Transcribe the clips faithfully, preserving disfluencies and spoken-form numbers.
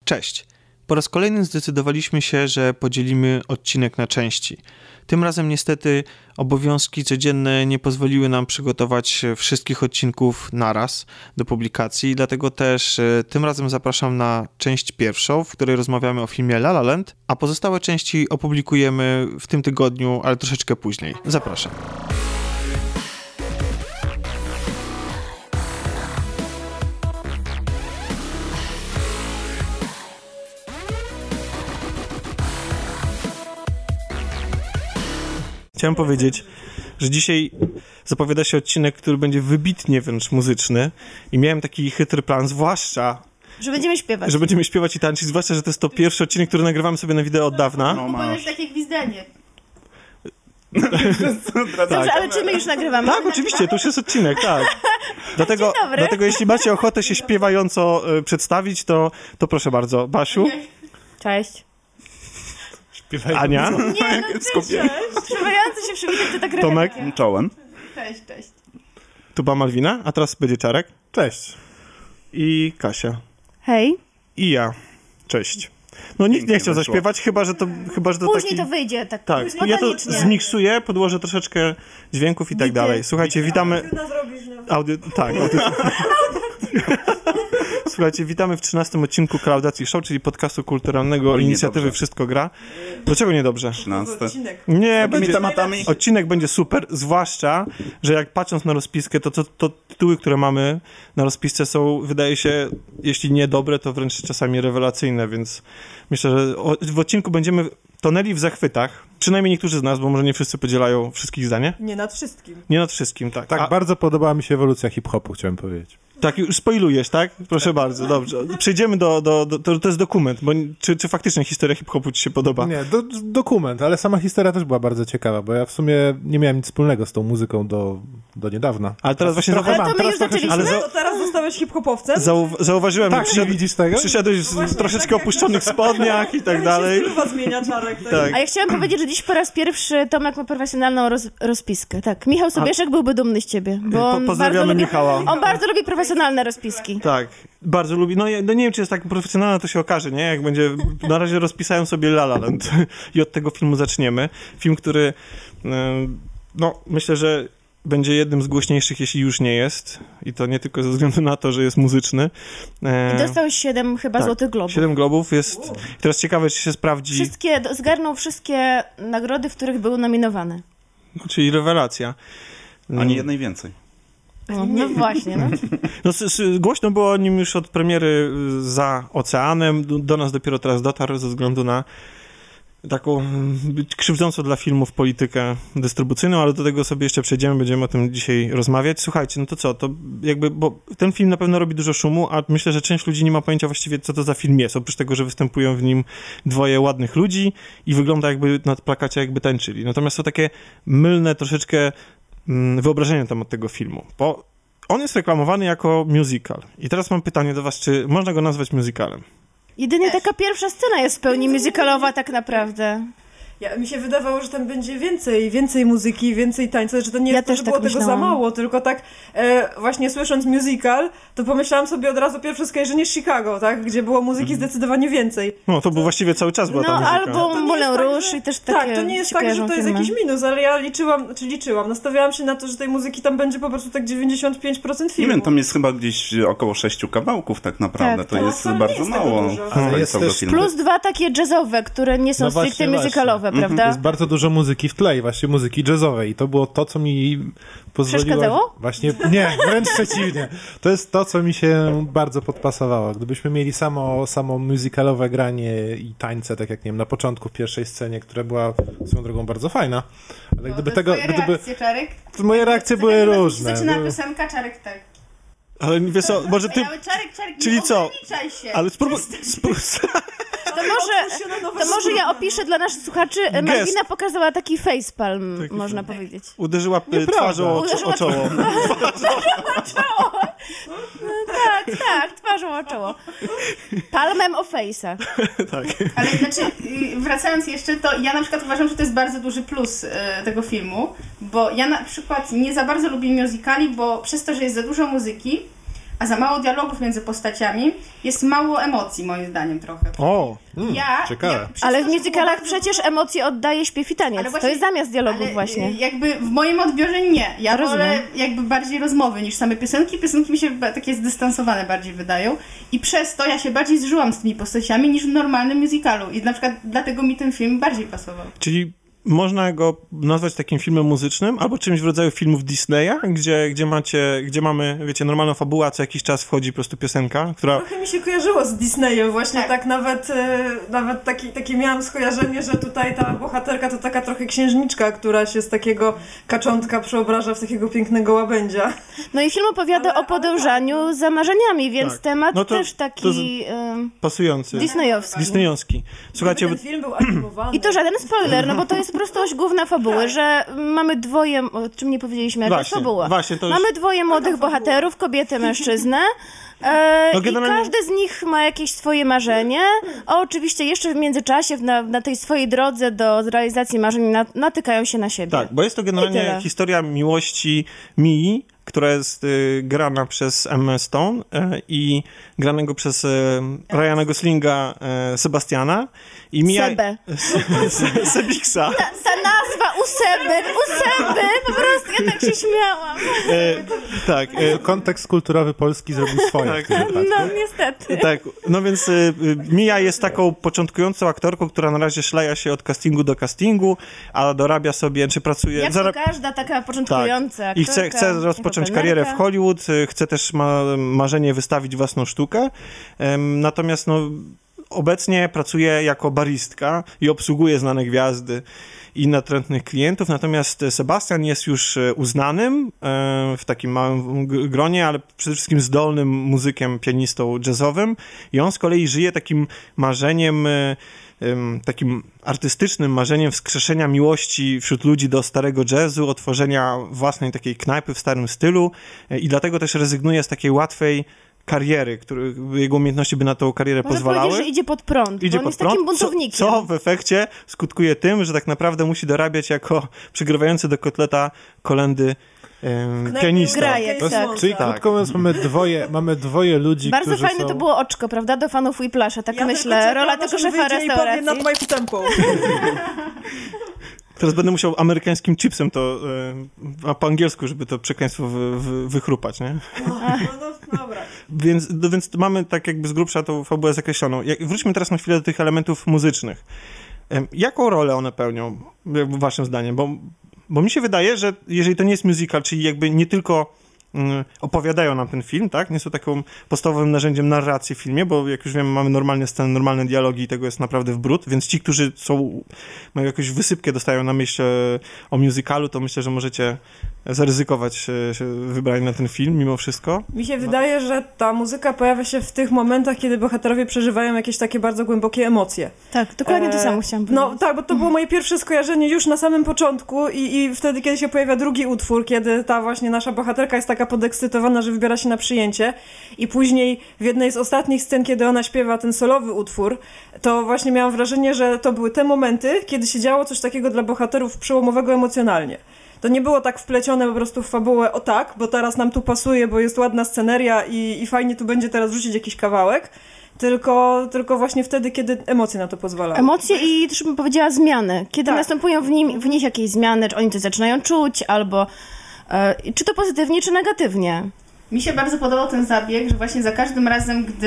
Cześć! Po raz kolejny zdecydowaliśmy się, że podzielimy odcinek na części. Tym razem niestety obowiązki codzienne nie pozwoliły nam przygotować wszystkich odcinków naraz do publikacji, dlatego też tym razem zapraszam na część pierwszą, w której rozmawiamy o filmie La La Land, a pozostałe części opublikujemy w tym tygodniu, ale troszeczkę później. Zapraszam. Chciałem powiedzieć, że dzisiaj zapowiada się odcinek, który będzie wybitnie wręcz muzyczny i miałem taki chytry plan, zwłaszcza... Że będziemy śpiewać. Że będziemy śpiewać i tańczyć, zwłaszcza, że to jest to pierwszy odcinek, który nagrywamy sobie na wideo od dawna. No, bo jest takie gwizdanie. Tak. Dobrze, ale czy my już nagrywamy? Tak, oczywiście, to już jest odcinek, tak. Dlatego, dlatego jeśli macie ochotę się śpiewająco y, przedstawić, to, to proszę bardzo. Basiu? Cześć. Ania? Nie, no cześć. Śpiewający się przywitać to tak Tomek? Czołem. Cześć, cześć. Tuba Malwina, a teraz będzie Czarek. Cześć. I Kasia. Hej. I ja. Cześć. No nikt nie chciał zaśpiewać, chyba że to, chyba, że to Później taki... to wyjdzie tak, tak. Ja to zmiksuję, podłożę troszeczkę dźwięków i tak Bity. dalej. Słuchajcie, witamy... Audio... Tak, audio... Słuchajcie, witamy w trzynastym odcinku Klaudacji Show, czyli podcastu kulturalnego Oj, inicjatywy niedobrze. Wszystko Gra. Dlaczego niedobrze? trzynasty. Nie, Będzie będzie, tematami. odcinek będzie super, zwłaszcza, że jak patrząc na rozpiskę, to, to, to tytuły, które mamy na rozpisce są, wydaje się, jeśli nie dobre, to wręcz czasami rewelacyjne, więc myślę, że o, w odcinku będziemy tonęli w zachwytach, przynajmniej niektórzy z nas, bo może nie wszyscy podzielają wszystkich zdanie. Nie nad wszystkim. Nie nad wszystkim, tak. Tak, A, bardzo podobała mi się ewolucja hip-hopu, chciałem powiedzieć. tak, już spoilujesz, tak? Proszę bardzo, dobrze. Przejdziemy do, do, do to, to jest dokument, bo czy, czy faktycznie historia hip-hopu ci się podoba? Nie, do, dokument, ale sama historia też była bardzo ciekawa, bo ja w sumie nie miałem nic wspólnego z tą muzyką do, do niedawna. Ale teraz właśnie trochę zauwa- mam, to my teraz już trochę się... zaczęliśmy? Ale za- To teraz zostałeś hip-hopowcem? zau- zauważyłem, Tak, że nie przyszedł, widzisz tego? przyszedłeś z Właśnie, troszeczkę tak jak- opuszczonych spodniach i tak dalej. Chyba zmienia Czarek. Tak. Tak. A ja chciałam powiedzieć, że dziś po raz pierwszy Tomek ma profesjonalną roz, rozpiskę. Tak, Michał Sobieszek byłby dumny z ciebie. Bo Po- on pozdrawiamy bardzo lubi, Michała. On bardzo lubi profesjonalne rozpiski. Tak, bardzo lubi. No, ja, no nie wiem, czy jest tak profesjonalna, to się okaże, nie? Jak będzie... Na razie rozpisałem sobie La La Land i od tego filmu zaczniemy. Film, który... Yy, no, myślę, że będzie jednym z głośniejszych, jeśli już nie jest. I to nie tylko ze względu na to, że jest muzyczny. I dostał siedem chyba tak, złotych globów. Siedem globów jest... I teraz ciekawe, czy się sprawdzi... Wszystkie, zgarnął wszystkie nagrody, w których był nominowany. Czyli rewelacja. Ani jednej więcej. No, no właśnie, no. No, s- s- głośno było o nim już od premiery y, za oceanem. Do, do nas dopiero teraz dotarł ze względu na taką mm, krzywdzącą dla filmów politykę dystrybucyjną, ale do tego sobie jeszcze przejdziemy, będziemy o tym dzisiaj rozmawiać. Słuchajcie, no to co, to jakby, bo ten film na pewno robi dużo szumu, a myślę, że część ludzi nie ma pojęcia właściwie, co to za film jest, oprócz tego, że występują w nim dwoje ładnych ludzi i wygląda jakby na plakacie jakby tańczyli. Natomiast są takie mylne troszeczkę mm, wyobrażenie na temat tego filmu, bo on jest reklamowany jako musical. I teraz mam pytanie do was, czy można go nazwać musicalem? Jedynie taka pierwsza scena jest w pełni musicalowa tak naprawdę. Ja, mi się wydawało, że tam będzie więcej, więcej muzyki, więcej tańca, że to nie Ja jest to, też że tak było tego za myślałam. mało, tylko tak e, właśnie słysząc musical, to pomyślałam sobie od razu pierwsze skojarzenie z Chicago, tak? Gdzie było muzyki zdecydowanie więcej. No, to był właściwie cały czas była No ta muzyka. albo To nie Moulin jest tak, Rouge że- i też takie Tak, to nie jest się tak, że kojarzą to jest filmy. jakiś minus, ale ja liczyłam, czy liczyłam, nastawiałam się na to, że tej muzyki tam będzie po prostu tak dziewięćdziesiąt pięć procent Nie filmu. wiem, tam jest chyba gdzieś około sześciu kawałków tak naprawdę. Tak, to tak. jest To wcale nie bardzo jest tego mało. dużo. z Ale jest całego też filmu. Plus dwa takie jazzowe, które nie są No stricte właśnie, właśnie. musicalowe, prawda? Jest bardzo dużo muzyki w tle i właśnie muzyki jazzowej i to było to, co mi pozwoliło... Przeszkadzało? Właśnie, nie, wręcz przeciwnie. To jest to, co mi się bardzo podpasowało. Gdybyśmy mieli samo, samo musicalowe granie i tańce, tak jak nie wiem, na początku w pierwszej scenie, która była swoją drogą bardzo fajna, ale gdyby tego... Gdyby, Czarek? moje reakcje były różne. Były- piosenka, Czarek tak. Ale wiesz co, może ty... Czarek, Czarek, Czyli nie co? ograniczaj się. Ale spróbuj... spró- To może, to może ja opiszę dla naszych słuchaczy. Gest. Malwina pokazała taki facepalm, Taki można powiedzieć. Uderzyła y, twarzą o, Uderzyła o czoło. Tak, tak, twarzą o czoło. Palmem o face'a. Tak. Ale znaczy, y, wracając jeszcze, to ja na przykład uważam, że to jest bardzo duży plus y, tego filmu, bo ja na przykład nie za bardzo lubię musicali, bo przez to, że jest za dużo muzyki, a za mało dialogów między postaciami, jest mało emocji moim zdaniem trochę. O, Hmm, Ja, ciekawe. ja przez Ale to, w że musicalach było bardzo przecież dużo- emocje oddaje śpiew i taniec. Ale To właśnie- jest zamiast dialogów ale, właśnie. y, jakby w moim odbiorze nie. Ja Rozumiem. wolę jakby bardziej rozmowy niż same piosenki. Piosenki mi się ba- takie zdystansowane bardziej wydają i przez to ja się bardziej zżyłam z tymi postaciami niż w normalnym musicalu i na przykład dlatego mi ten film bardziej pasował. czyli można go nazwać takim filmem muzycznym, albo czymś w rodzaju filmów Disneya, gdzie, gdzie macie, gdzie mamy, wiecie, normalną fabułę, a co jakiś czas wchodzi po prostu piosenka, która... Trochę mi się kojarzyło z Disneyem właśnie, tak, Tak. nawet, e, nawet taki, takie miałam skojarzenie, że tutaj ta bohaterka to taka trochę księżniczka, która się z takiego kaczątka przeobraża w takiego pięknego łabędzia. No i film opowiada Ale- o podążaniu za marzeniami, więc Tak. temat No to- też taki to z- ym, Pasujący. disneyowski. Disneyowski. Słuchajcie, Ten film był animowany. I to żaden spoiler, no bo to jest po prostu oś główna fabuły, że mamy dwoje, o czym nie powiedzieliśmy, jaka jest właśnie, fabuła. właśnie, to już... Mamy dwoje młodych bohaterów, kobietę, mężczyznę. E, No I generalnie- każdy z nich ma jakieś swoje marzenie. A oczywiście jeszcze w międzyczasie na, na tej swojej drodze do realizacji marzeń na, natykają się na siebie. Tak, bo jest to I generalnie tyle. historia miłości Mii, która jest y, grana przez Emma Stone y, i granego przez y, Ryana Goslinga y, Sebastiana. I Mia... Sebę. Se- Sebiksa. Ta, ta nazwa u Seby, u Seby, po prostu ja tak się śmiałam. Y, tak, y, Kontekst kulturowy polski zrobił swoje Tak. w tym wypadku. No niestety. tak, no więc y, y, Mia jest taką początkującą aktorką, która na razie szleja się od castingu do castingu, a dorabia sobie, czy pracuje... Jak zarab- to każda taka początkująca I chce, aktorka, chce rozpocząć jako karierę w kelnerka. Hollywood, y, chce też ma marzenie wystawić własną sztukę. Em, Natomiast no, obecnie pracuje jako baristka i obsługuje znane gwiazdy i natrętnych klientów, natomiast Sebastian jest już e, uznanym e, w takim małym g- gronie, ale przede wszystkim zdolnym muzykiem, pianistą jazzowym i on z kolei żyje takim marzeniem, e, em, takim artystycznym marzeniem wskrzeszenia miłości wśród ludzi do starego jazzu, otworzenia własnej takiej knajpy w starym stylu e, i dlatego też rezygnuje z takiej łatwej kariery, który, jego umiejętności by na tą karierę Można pozwalały. powiedzieć, że idzie pod prąd, Idzie bo on pod jest takim prąd, buntownikiem. Co, co w efekcie skutkuje tym, że tak naprawdę musi dorabiać jako przygrywający do kotleta kolendy em, Knajpie pianista. Graje, Okej, tak. słońca. Czyli krótko mówiąc, mamy dwoje, mamy dwoje ludzi, Bardzo którzy fajne są... to było oczko, prawda, do fanów Whiplasha, tak Ja myślę. tylko czekam, Rola aż tego on szefa wyjdzie i powie restauracji. Not my tempo. Teraz będę musiał amerykańskim chipsem to, e, a po angielsku, żeby to przekleństwo wy, wy, wychrupać, nie? No, no, dobra. Więc, no, więc mamy tak jakby z grubsza tą fabułę zakreśloną. Jak, wróćmy teraz na chwilę do tych elementów muzycznych. Em, Jaką rolę one pełnią, jakby waszym zdaniem? Bo, bo mi się wydaje, że jeżeli to nie jest musical, czyli jakby nie tylko mm, opowiadają nam ten film, tak? Nie są taką podstawowym narzędziem narracji w filmie, bo jak już wiemy, mamy normalne sceny, normalne dialogi i tego jest naprawdę w bród, więc ci, którzy są, mają jakąś wysypkę, dostają na myśl e, o musicalu, to myślę, że możecie zaryzykować e, się wybranie na ten film mimo wszystko. Mi się wydaje, że ta muzyka pojawia się w tych momentach, kiedy bohaterowie przeżywają jakieś takie bardzo głębokie emocje. Tak, dokładnie to E, samo chciałam No powiedzieć. tak, bo to było moje pierwsze skojarzenie już na samym początku i, i wtedy, kiedy się pojawia drugi utwór, kiedy ta właśnie nasza bohaterka jest taka podekscytowana, że wybiera się na przyjęcie i później w jednej z ostatnich scen, kiedy ona śpiewa ten solowy utwór, to właśnie miałam wrażenie, że to były te momenty, kiedy się działo coś takiego dla bohaterów przełomowego emocjonalnie. To nie było tak wplecione po prostu w fabułę, o tak, bo teraz nam tu pasuje, bo jest ładna sceneria i, i fajnie tu będzie teraz rzucić jakiś kawałek, tylko, tylko właśnie wtedy, kiedy emocje na to pozwalały. Emocje i też bym powiedziała zmiany. Kiedy Tak. następują w, nim, w nich jakieś zmiany, czy oni coś zaczynają czuć, albo e, czy to pozytywnie, czy negatywnie. Mi się bardzo podobał ten zabieg, że właśnie za każdym razem, gdy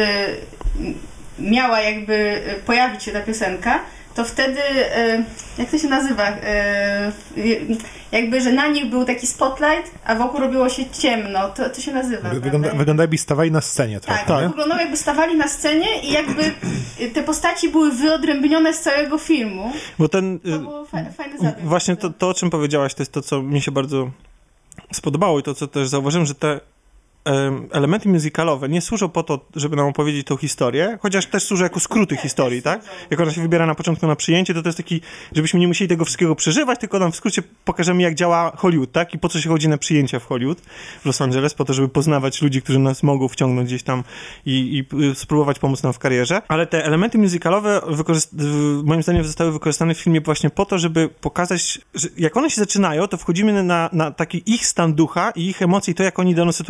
miała jakby pojawić się ta piosenka, to wtedy, e, jak to się nazywa, e, jakby, że na nich był taki spotlight, a wokół robiło się ciemno, to, to się nazywa. Wygląda, prawda? wygląda jakby stawali na scenie trochę, Tak, nie? wyglądało jakby stawali na scenie i jakby te postaci były wyodrębnione z całego filmu. Bo ten... To y, było fa- fajny zabieg. Właśnie to, to, o czym powiedziałaś, to jest to, co mi się bardzo spodobało i to, co też zauważyłem, że te em, elementy musicalowe nie służą po to, żeby nam opowiedzieć tą historię, chociaż też służą jako skróty historii, tak? Jak ona się wybiera na początku na przyjęcie, to to jest taki, żebyśmy nie musieli tego wszystkiego przeżywać, tylko nam w skrócie pokażemy, jak działa Hollywood, tak? I po co się chodzi na przyjęcia w Hollywood, w Los Angeles, po to, żeby poznawać ludzi, którzy nas mogą wciągnąć gdzieś tam i, i y, spróbować pomóc nam w karierze. Ale te elementy musicalowe wykorzyst- w- moim zdaniem zostały wykorzystane w filmie właśnie po to, żeby pokazać, że jak one się zaczynają, to wchodzimy na, na taki ich stan ducha i ich emocje i to, jak oni daną sytuację widzą.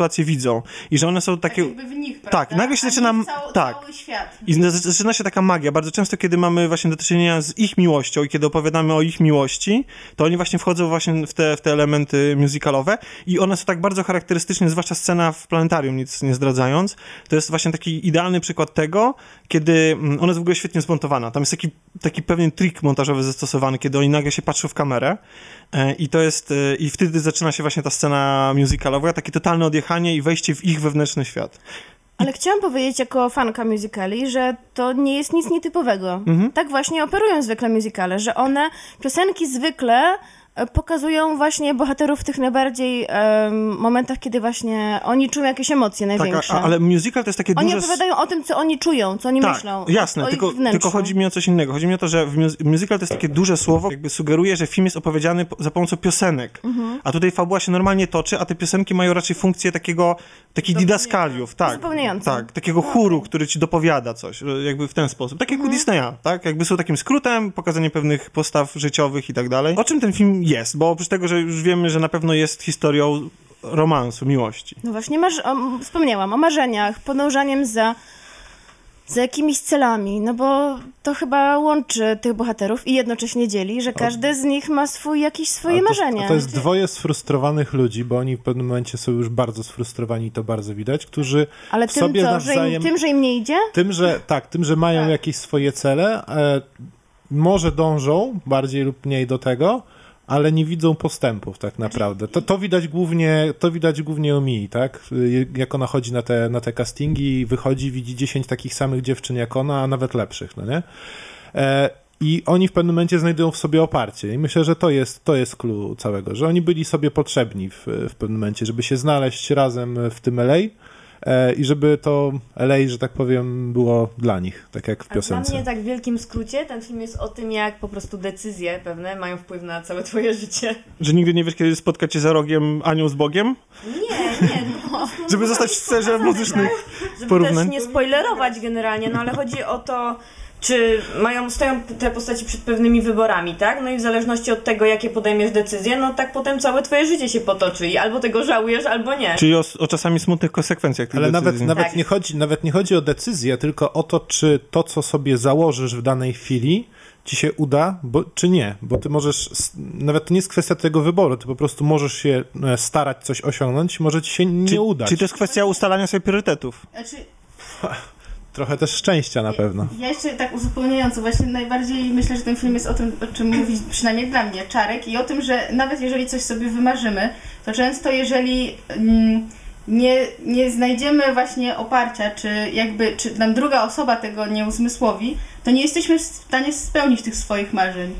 widzą. I że one są takie... Tak jakby w nich, prawda? Tak, nagle się A zaczyna... nie Cały, tak. cały świat. I zaczyna się taka magia. Bardzo często, kiedy mamy właśnie do czynienia z ich miłością i kiedy opowiadamy o ich miłości, to oni właśnie wchodzą właśnie w te, w te elementy musicalowe i one są tak bardzo charakterystyczne, zwłaszcza scena w planetarium, nic nie zdradzając. To jest właśnie taki idealny przykład tego, kiedy ona jest w ogóle świetnie zmontowana. Tam jest taki, taki pewien trik montażowy zastosowany, kiedy oni nagle się patrzą w kamerę e, i to jest, e, i wtedy zaczyna się właśnie ta scena musicalowa, takie totalne odjechanie i wejście w ich wewnętrzny świat. Ale chciałam powiedzieć jako fanka musicali, że to nie jest nic nietypowego. Mhm. Tak właśnie operują zwykle musicale, że one, piosenki zwykle e, pokazują właśnie bohaterów w tych najbardziej em, momentach, kiedy właśnie oni czują jakieś emocje Tak, największe. a, ale musical to jest takie Oni duże... opowiadają o tym, co oni czują, co oni Tak, myślą. jasne, o, o tylko, ich wnętrzu. tylko chodzi mi o coś innego. Chodzi mi o to, że w mus- musical to jest takie duże słowo, jakby sugeruje, że film jest opowiedziany po- za pomocą piosenek. Mhm. A tutaj fabuła się normalnie toczy, a te piosenki mają raczej funkcję takiego, takich didaskaliów, tak. Uzupełniające. Tak, takiego chóru, który ci dopowiada coś, jakby w ten sposób. Tak jak Mhm. u Disneya, tak? Jakby są takim skrótem, pokazanie pewnych postaw życiowych i tak dalej. O czym ten film jest? Bo oprócz tego, że już wiemy, że na pewno jest historią romansu, miłości. No właśnie, marz- o, wspomniałam o marzeniach, podążaniem za, za jakimiś celami, no bo to chyba łączy tych bohaterów i jednocześnie dzieli, że każdy z nich ma swój, jakieś swoje A to, marzenia. a to jest dwoje sfrustrowanych ludzi, bo oni w pewnym momencie są już bardzo sfrustrowani i to bardzo widać, którzy Ale w tym, sobie co, nawzajem... że im, tym, że im nie idzie? Tym, że tak, tym, że mają Tak. jakieś swoje cele, e, może dążą bardziej lub mniej do tego, ale nie widzą postępów tak naprawdę. To, to widać głównie, to widać głównie u Mii, tak? Y, Jak ona chodzi na te, na te castingi i wychodzi, widzi dziesięć takich samych dziewczyn jak ona, a nawet lepszych, no nie? E, I oni w pewnym momencie znajdują w sobie oparcie. I myślę, że to jest, to jest clue całego, że oni byli sobie potrzebni w, w pewnym momencie, żeby się znaleźć razem w tym L A e, i żeby to L A, że tak powiem, było dla nich, tak jak w A dla piosence. mnie tak w wielkim skrócie ten film jest o tym, jak po prostu decyzje pewne mają wpływ na całe twoje życie. Że nigdy nie wiesz, kiedy spotkać się za rogiem anioł z Bogiem? Nie, nie, tylko po prostu... Żeby zostać w sferze muzycznych Żeby porównań. też nie spoilerować generalnie, no ale chodzi o to, czy mają, stoją te postaci przed pewnymi wyborami, tak? No i w zależności od tego, jakie podejmiesz decyzje, no tak potem całe twoje życie się potoczy i albo tego żałujesz, albo nie. Czyli o, o czasami smutnych konsekwencjach tych Ale nawet, decyzji. nawet, Tak. nie chodzi, nawet nie chodzi o decyzję, tylko o to, czy to, co sobie założysz w danej chwili, ci się uda, bo, czy nie. Bo ty możesz, s- nawet to nie jest kwestia tego wyboru, ty po prostu możesz się e, starać coś osiągnąć, może ci się nie Czy, udać. Czyli to jest kwestia ustalania sobie priorytetów. Znaczy, Trochę też szczęścia na pewno. ja jeszcze tak uzupełniająco, właśnie najbardziej myślę, że ten film jest o tym, o czym mówi przynajmniej dla mnie Czarek i o tym, że nawet jeżeli coś sobie wymarzymy, to często jeżeli mm, nie, nie znajdziemy właśnie oparcia, czy jakby, czy nam druga osoba tego nie uzmysłowi, to nie jesteśmy w stanie spełnić tych swoich marzeń.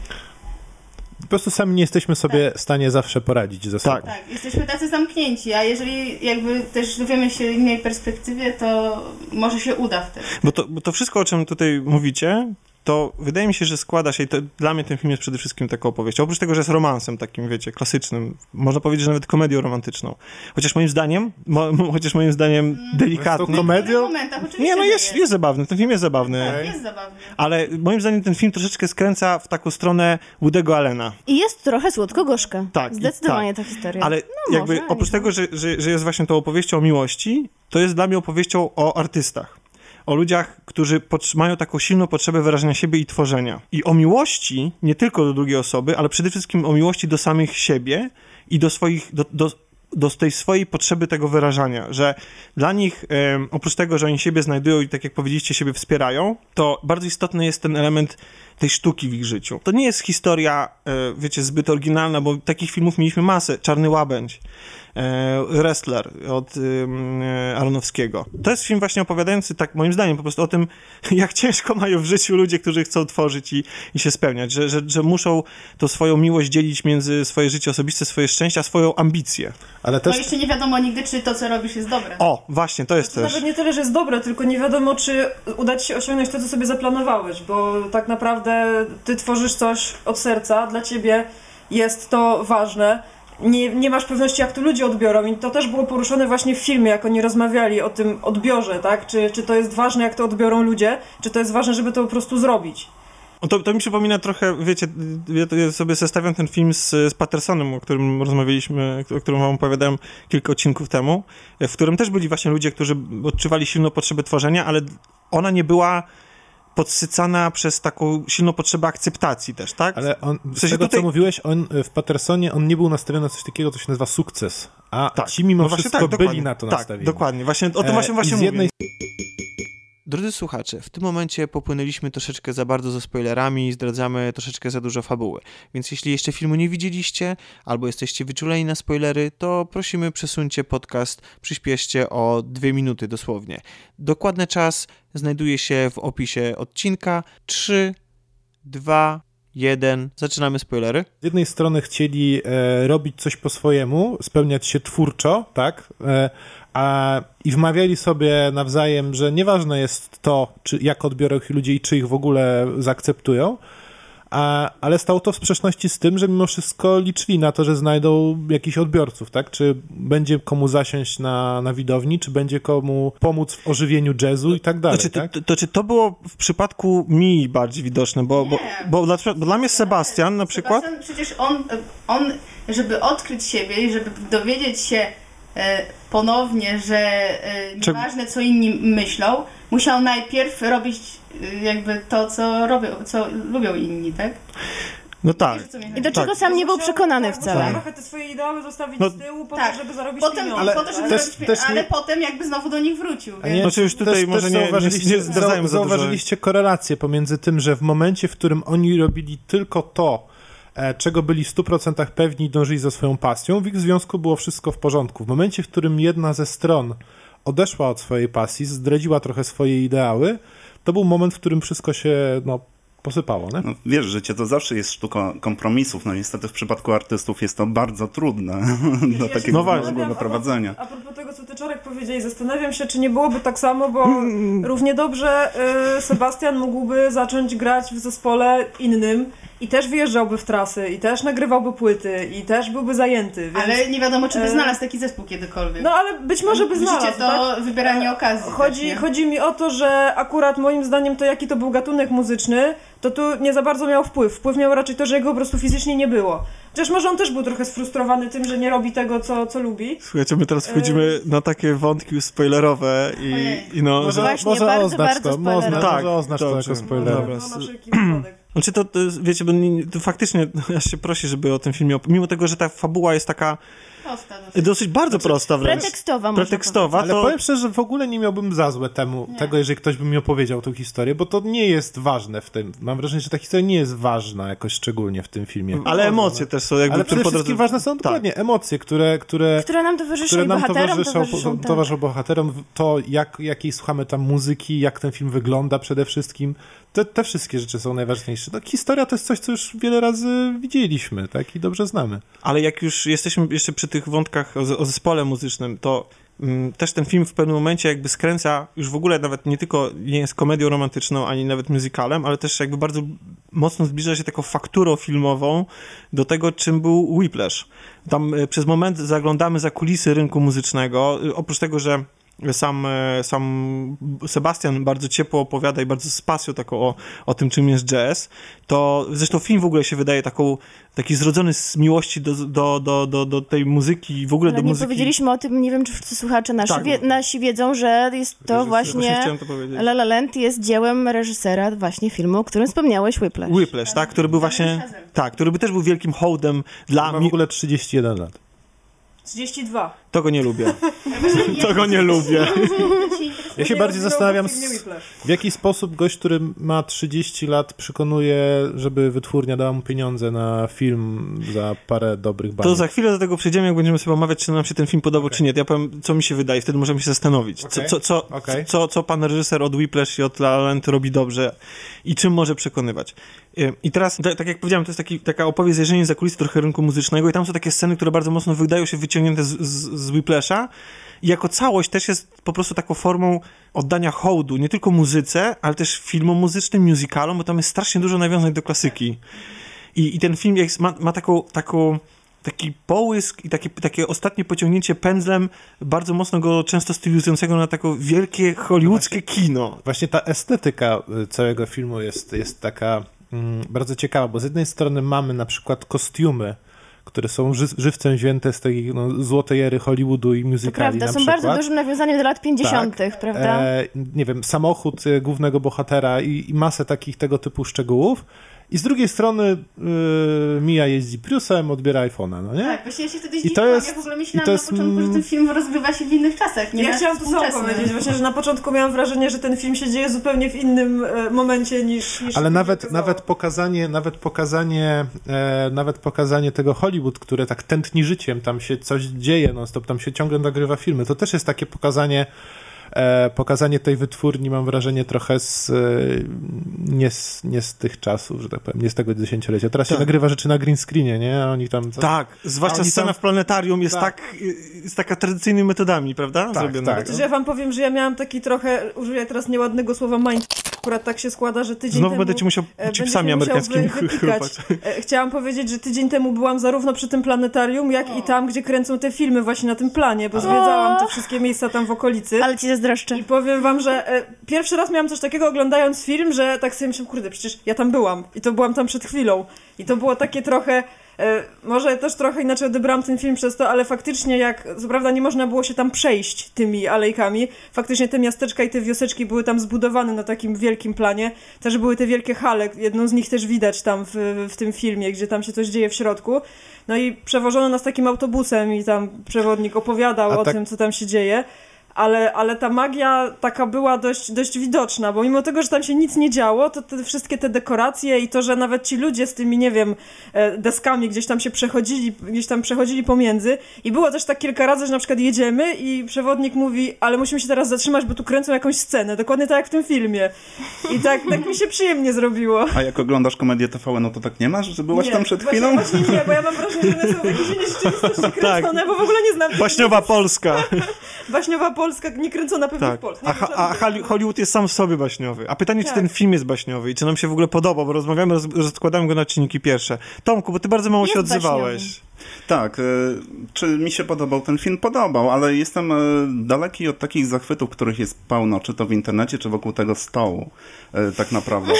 Po prostu sami nie jesteśmy sobie w stanie zawsze poradzić ze sobą. Tak. Tak, jesteśmy tacy zamknięci, a jeżeli jakby też dowiemy się innej perspektywie, to może się uda wtedy. Bo to, bo to wszystko, o czym tutaj mówicie, to wydaje mi się, że składa się, i to dla mnie ten film jest przede wszystkim taką opowieścią. Oprócz tego, że jest romansem takim, wiecie, klasycznym, można powiedzieć, że nawet komedią romantyczną. Chociaż moim zdaniem, mo, mo- chociaż moim zdaniem delikatnie... Jest to komedią? W pewnych momentach oczywiście, Nie, no że jest, jest zabawny, ten film jest zabawny. Tak, jest zabawny. Ale moim zdaniem ten film troszeczkę skręca w taką stronę Woody'ego Allena. I jest trochę słodko-gorzka. Tak, i- Zdecydowanie tak. ta historia. Ale No jakby może, oprócz nie tego, że, że, że jest właśnie tą opowieścią o miłości, to jest dla mnie opowieścią o artystach. O ludziach, którzy pot- mają taką silną potrzebę wyrażenia siebie i tworzenia. I o miłości, nie tylko do drugiej osoby, ale przede wszystkim o miłości do samych siebie i do swoich, do, do, do tej swojej potrzeby tego wyrażania, że dla nich, em, oprócz tego, że oni siebie znajdują i tak jak powiedzieliście, siebie wspierają, to bardzo istotny jest ten element tej sztuki w ich życiu. To nie jest historia, e, wiecie, zbyt oryginalna, bo takich filmów mieliśmy masę. Czarny Łabędź, e, Wrestler od e, Aronofskiego. To jest film właśnie opowiadający, tak moim zdaniem, po prostu o tym, jak ciężko mają w życiu ludzie, którzy chcą tworzyć i, i się spełniać, że, że, że muszą to swoją miłość dzielić między swoje życie osobiste, swoje szczęście, a swoją ambicję. Ale No też jeszcze nie wiadomo nigdy, czy to, co robisz, jest dobre. O, właśnie, to jest To też... nawet nie tyle, że jest dobre, tylko nie wiadomo, czy uda ci się osiągnąć to, co sobie zaplanowałeś, bo tak naprawdę ty tworzysz coś od serca, dla ciebie jest to ważne. Nie, nie masz pewności, jak to ludzie odbiorą i to też było poruszone właśnie w filmie, jak oni rozmawiali o tym odbiorze, tak? Czy, czy to jest ważne, jak to odbiorą ludzie, czy to jest ważne, żeby to po prostu zrobić. To, to mi przypomina trochę, wiecie, ja sobie zestawiam ten film z, z Pattersonem, o którym rozmawialiśmy, o którym wam opowiadałem kilka odcinków temu, w którym też byli właśnie ludzie, którzy odczuwali silną potrzebę tworzenia, ale ona nie była podsycana przez taką silną potrzebę akceptacji też, tak? Ale on, w z sensie tego, tutaj... co mówiłeś, on w Pattersonie, on nie był nastawiony na coś takiego, co się nazywa sukces, a tak. ci mimo no wszystko tak, byli dokładnie. na to tak, nastawieni. dokładnie, właśnie o tym właśnie, E, właśnie z jednej... mówię. Drodzy słuchacze, w tym momencie popłynęliśmy troszeczkę za bardzo ze spoilerami i zdradzamy troszeczkę za dużo fabuły. Więc jeśli jeszcze filmu nie widzieliście, albo jesteście wyczuleni na spoilery, to prosimy przesuńcie podcast, przyspieszcie o dwie minuty dosłownie. Dokładny czas znajduje się w opisie odcinka. trzy, dwa, jeden. Zaczynamy spoilery. Z jednej strony chcieli e, robić coś po swojemu, spełniać się twórczo, tak? E, a, I wmawiali sobie nawzajem, że nieważne jest to, czy, jak odbiorą ich ludzie i czy ich w ogóle zaakceptują, a, ale stało to w sprzeczności z tym, że mimo wszystko liczyli na to, że znajdą jakichś odbiorców, tak? Czy będzie komu zasiąść na, na widowni, czy będzie komu pomóc w ożywieniu jazzu i tak dalej, Znaczy, to, tak? to, to, czy to było w przypadku mi bardziej widoczne, bo, bo, bo, dla, bo dla mnie Sebastian na przykład... Sebastian, przecież on, on, żeby odkryć siebie i żeby dowiedzieć się e, ponownie, że e, Czy- nieważne co inni myślą, musiał najpierw robić e, jakby to, co robią, co lubią inni, tak? No tak. Wiesz, o co mi I chodzi? do czego Tak. sam nie był przekonany Tak, wcale. musiał trochę te swoje ideały zostawić No, z tyłu po tak. to, żeby zarobić Potem, pieniądze. Ale po to, żeby też- zrobić, też nie- ale potem jakby znowu do nich wrócił. A Więc... nie, Znaczy już tutaj też, może też nie- nie- zauważyliście, nie zdradzajmy za dużo. zauważyliście korelację pomiędzy tym, że w momencie, w którym oni robili tylko to, e, czego byli w stu procentach pewni i dążyli za swoją pasją, w ich związku było wszystko w porządku. W momencie, w którym jedna ze stron odeszła od swojej pasji, zdradziła trochę swoje ideały, to był moment, w którym wszystko się no, posypało, nie? No, wiesz, życie to zawsze jest sztuka kompromisów. No niestety w przypadku artystów jest to bardzo trudne do Ja się takiego No właśnie. zastanawiam, prowadzenia. A propos tego, co ty Czarek powiedziałeś, zastanawiam się, czy nie byłoby tak samo, bo równie dobrze y, Sebastian mógłby zacząć grać w zespole innym i też wyjeżdżałby w trasy, i też nagrywałby płyty, i też byłby zajęty, więc... Ale nie wiadomo, czy by E, znalazł taki zespół kiedykolwiek. No ale być może by znalazł, Życie to tak? wybieranie okazji. Chodzi, też, nie? chodzi mi o to, że akurat moim zdaniem to, jaki to był gatunek muzyczny, to tu nie za bardzo miał wpływ. Wpływ miał raczej to, że jego po prostu fizycznie nie było. Chociaż może on też był trochę sfrustrowany tym, że nie robi tego, co, co lubi. Słuchajcie, my teraz wchodzimy na takie wątki już spoilerowe i, Ojej. i no... Może, Właśnie, może bardzo, oznacz bardzo to, można, spoilerowe. Tak, może oznacz to dobrze. jako spoiler. Dobra. No, na wszelki wypadek. Znaczy to, to jest, wiecie, bo nie, to faktycznie aż się prosi, żeby o tym filmie... op- Mimo tego, że ta fabuła jest taka Prosta dosyć. dosyć bardzo prosta wręcz. Pretekstowa, można Pretekstowa, Ale to... powiem szczerze, że w ogóle nie miałbym za złe temu, Nie. tego, jeżeli ktoś by mi opowiedział tą historię, bo to nie jest ważne w tym. Mam wrażenie, że ta historia nie jest ważna jakoś szczególnie w tym filmie. Ale emocje też są jakby... Ale które przede po wszystkim drodze- ważne są Tak. dokładnie emocje, które, które, Które nam towarzyszą które i nam bohaterom towarzyszą, towarzyszą, po- tak. towarzyszą bohaterom, to jak, jakiej słuchamy tam muzyki, jak ten film wygląda przede wszystkim. Te, te wszystkie rzeczy są najważniejsze. No, historia to jest coś, co już wiele razy widzieliśmy, tak? I dobrze znamy. Ale jak już jesteśmy jeszcze przy tych wątkach o, o zespole muzycznym, to mm, też ten film w pewnym momencie jakby skręca, już w ogóle nawet nie tylko nie jest komedią romantyczną, ani nawet musicalem, ale też jakby bardzo mocno zbliża się taką fakturą filmową do tego, czym był Whiplash. Tam y, przez moment zaglądamy za kulisy rynku muzycznego, y, oprócz tego, że sam, e, sam Sebastian bardzo ciepło opowiada i bardzo z pasją taką o, o tym, czym jest jazz, to zresztą film w ogóle się wydaje taką, taki zrodzony z miłości do, do, do, do, do tej muzyki i w ogóle Ale do nie muzyki. powiedzieliśmy o tym, nie wiem, czy wszyscy słuchacze nasi, Tak. wie, nasi wiedzą, że jest to właśnie chciałem to powiedzieć. La La Land jest dziełem reżysera właśnie filmu, o którym wspomniałeś, Whiplash. Whiplash, tak, który był właśnie, tak, który by też był wielkim hołdem dla Ma w mi... ogóle trzydzieści jeden lat. trzydzieści dwa. To go nie lubię. To go nie lubię. Ja się Nie bardziej rozwinął zastanawiam, po filmie z, Whiplash. w jaki sposób gość, który ma trzydzieści lat, przekonuje, żeby wytwórnia dała mu pieniądze na film za parę dobrych baniek. To za chwilę do tego przejdziemy, jak będziemy sobie omawiać, czy nam się ten film podobał, czy nie. To ja powiem, co mi się wydaje, wtedy możemy się zastanowić. Co, Okej. co, co, Okej. co, co pan reżyser od Whiplash i od La La Land robi dobrze i czym może przekonywać. Y, I teraz, tak, tak jak powiedziałem, to jest taki, taka opowieść zajrzenie za kulisy trochę rynku muzycznego i tam są takie sceny, które bardzo mocno wydają się wyciągnięte z, z, z Whiplasha i jako całość też jest po prostu taką formą oddania hołdu, nie tylko muzyce, ale też filmom muzycznym, musicalom, bo tam jest strasznie dużo nawiązań do klasyki. I, i ten film jest, ma, ma taką, taką taki połysk i takie, takie ostatnie pociągnięcie pędzlem bardzo mocno go często stylizującego na takie wielkie hollywoodzkie kino. Właśnie ta estetyka y, całego filmu jest, jest taka mm, bardzo ciekawa, bo z jednej strony mamy na przykład kostiumy, które są ży- żywcem wzięte z tej no, złotej ery Hollywoodu i To musicali prawda, na są przykład. bardzo dużym nawiązaniem do lat pięćdziesiątych, Tak. prawda? E, nie wiem, samochód e, głównego bohatera i, i masę takich tego typu szczegółów. I z drugiej strony y, Mia jeździ Priusem, odbiera iPhone'a, no nie? Tak, właśnie ja się wtedy I to zdziwiłam. jest- Ja w ogóle i myślałam to na jest, początku, że mm, ten film rozgrywa się w innych czasach. Nie Ja na chciałam to samo współczesnych. powiedzieć, właśnie, że na początku miałam wrażenie, że ten film się dzieje zupełnie w innym e, momencie niż, niż Ale mi nawet, okazało. nawet pokazanie, nawet pokazanie, e, nawet pokazanie tego Hollywood, które tak tętni życiem, tam się coś dzieje non-stop, tam się ciągle nagrywa filmy, to też jest takie pokazanie E, pokazanie tej wytwórni, mam wrażenie, trochę z, e, nie, z, nie z tych czasów, że tak powiem, nie z tego dziesięciolecia. Teraz Tak. się nagrywa rzeczy na green screenie, nie? A oni tam... Tak, zwłaszcza Oni scena tam- w planetarium jest Tak. tak, jest taka tradycyjnymi metodami, prawda? Tak, Zrobiona. tak. Że ja wam powiem, że ja miałam taki trochę, użyję teraz nieładnego słowa mind, akurat tak się składa, że tydzień Znowu temu... będę ci musiał e, chipsami będziesz mnie amerykańskimi musiał wy- wypikać. chrupać. E, Chciałam powiedzieć, że tydzień temu byłam zarówno przy tym planetarium, jak i tam, gdzie kręcą te filmy właśnie na tym planie, bo zwiedzałam te wszystkie miejsca tam w okolicy. Ale ci zazdroszczę. I powiem wam, że e, pierwszy raz miałam coś takiego oglądając film, że tak sobie myślałam, kurde, przecież ja tam byłam. I to byłam tam przed chwilą. I to było takie trochę... E, może też trochę inaczej odebrałam ten film przez to, ale faktycznie jak, co prawda nie można było się tam przejść tymi alejkami, faktycznie te miasteczka i te wioseczki były tam zbudowane na takim wielkim planie, też były te wielkie hale, jedną z nich też widać tam w, w tym filmie, gdzie tam się coś dzieje w środku. No i przewożono nas takim autobusem i tam przewodnik opowiadał A o tak- tym, co tam się dzieje. Ale, ale ta magia taka była dość, dość widoczna, bo mimo tego, że tam się nic nie działo, to te wszystkie te dekoracje i to, że nawet ci ludzie z tymi, nie wiem, e, deskami gdzieś tam się przechodzili, gdzieś tam przechodzili pomiędzy i było też tak kilka razy, że na przykład jedziemy i przewodnik mówi, ale musimy się teraz zatrzymać, bo tu kręcą jakąś scenę, dokładnie tak jak w tym filmie. I tak, tak mi się przyjemnie zrobiło. A jak oglądasz komedię T V N, no to tak nie masz, że byłaś Nie, tam przed właśnie, chwilą? Właśnie nie, bo ja mam wrażenie, że one są w jakiejś innej rzeczywistości kręcone, bo w ogóle nie znam. Baśniowa Polska. Baśniowa Polska, nie kręcona pewnie Tak. w Polsce. A, ha- a Holly- Hollywood jest sam w sobie baśniowy. A pytanie, czy Tak. ten film jest baśniowy i czy nam się w ogóle podoba, bo rozmawiamy, roz- rozkładamy go na czynniki pierwsze. Tomku, bo ty bardzo mało Jest się odzywałeś. baśniowy. Tak, y, czy mi się podobał ten film? Podobał, ale jestem y, daleki od takich zachwytów, których jest pełno, czy to w internecie, czy wokół tego stołu, y, tak naprawdę.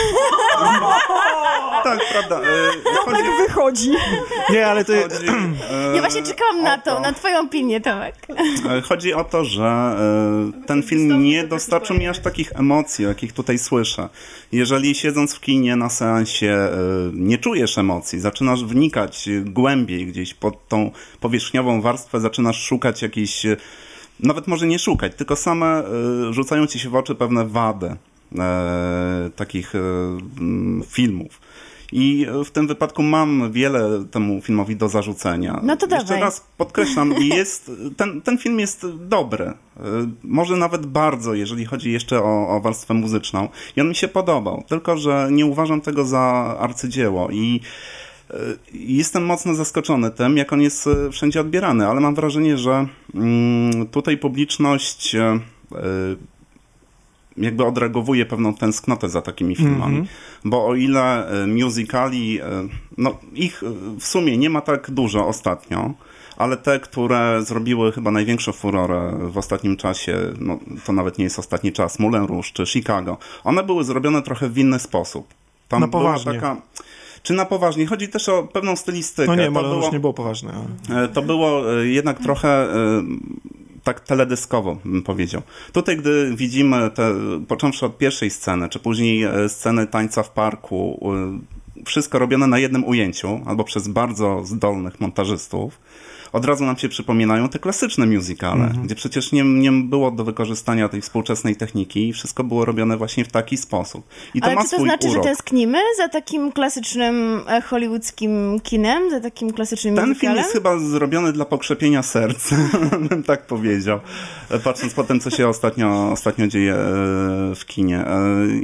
Tak, prawda. Y, chodzi, Tak wychodzi. Nie, ale to chodzi, y, Ja właśnie czekałam na o to, na twoją opinię, Tomek. E, Chodzi o to, że e, ten film nie dostarczył mi aż takich emocji, jakich tutaj słyszę. Jeżeli siedząc w kinie na seansie e, nie czujesz emocji, zaczynasz wnikać głębiej gdzieś pod tą powierzchniową warstwę, zaczynasz szukać jakichś, e, nawet może nie szukać, tylko same e, rzucają ci się w oczy pewne wady e, takich e, mm, filmów. I w tym wypadku mam wiele temu filmowi do zarzucenia. No to Jeszcze dawaj. raz podkreślam, jest, ten, ten film jest dobry. Y, Może nawet bardzo, jeżeli chodzi jeszcze o, o warstwę muzyczną. I on mi się podobał, tylko że nie uważam tego za arcydzieło. I y, jestem mocno zaskoczony tym, jak on jest y, wszędzie odbierany, ale mam wrażenie, że mm, tutaj publiczność y, y, jakby odreagowuje pewną tęsknotę za takimi filmami. Bo o ile e, musicali, e, no ich e, w sumie nie ma tak dużo ostatnio, ale te, które zrobiły chyba największą furorę w ostatnim czasie, no to nawet nie jest ostatni czas, Moulin Rouge czy Chicago, one były zrobione trochę w inny sposób. Tam Na była poważnie. Taka, czy na poważnie? Chodzi też o pewną stylistykę. No nie, To może było- już nie było poważne. Ale... E, To było e, jednak trochę e, tak teledyskowo, bym powiedział. Tutaj, gdy widzimy te, począwszy od pierwszej sceny, czy później e, sceny tańca w parku, e, wszystko robione na jednym ujęciu, albo przez bardzo zdolnych montażystów, od razu nam się przypominają te klasyczne musicale, Mhm. gdzie przecież nie, nie było do wykorzystania tej współczesnej techniki i wszystko było robione właśnie w taki sposób. I to Ale ma czy to swój znaczy, urok. że tęsknimy za takim klasycznym e, hollywoodzkim kinem, za takim klasycznym Ten film musicalem? jest chyba zrobiony dla pokrzepienia serc, bym tak powiedział, patrząc po tym, co się ostatnio, ostatnio dzieje e, w kinie. E,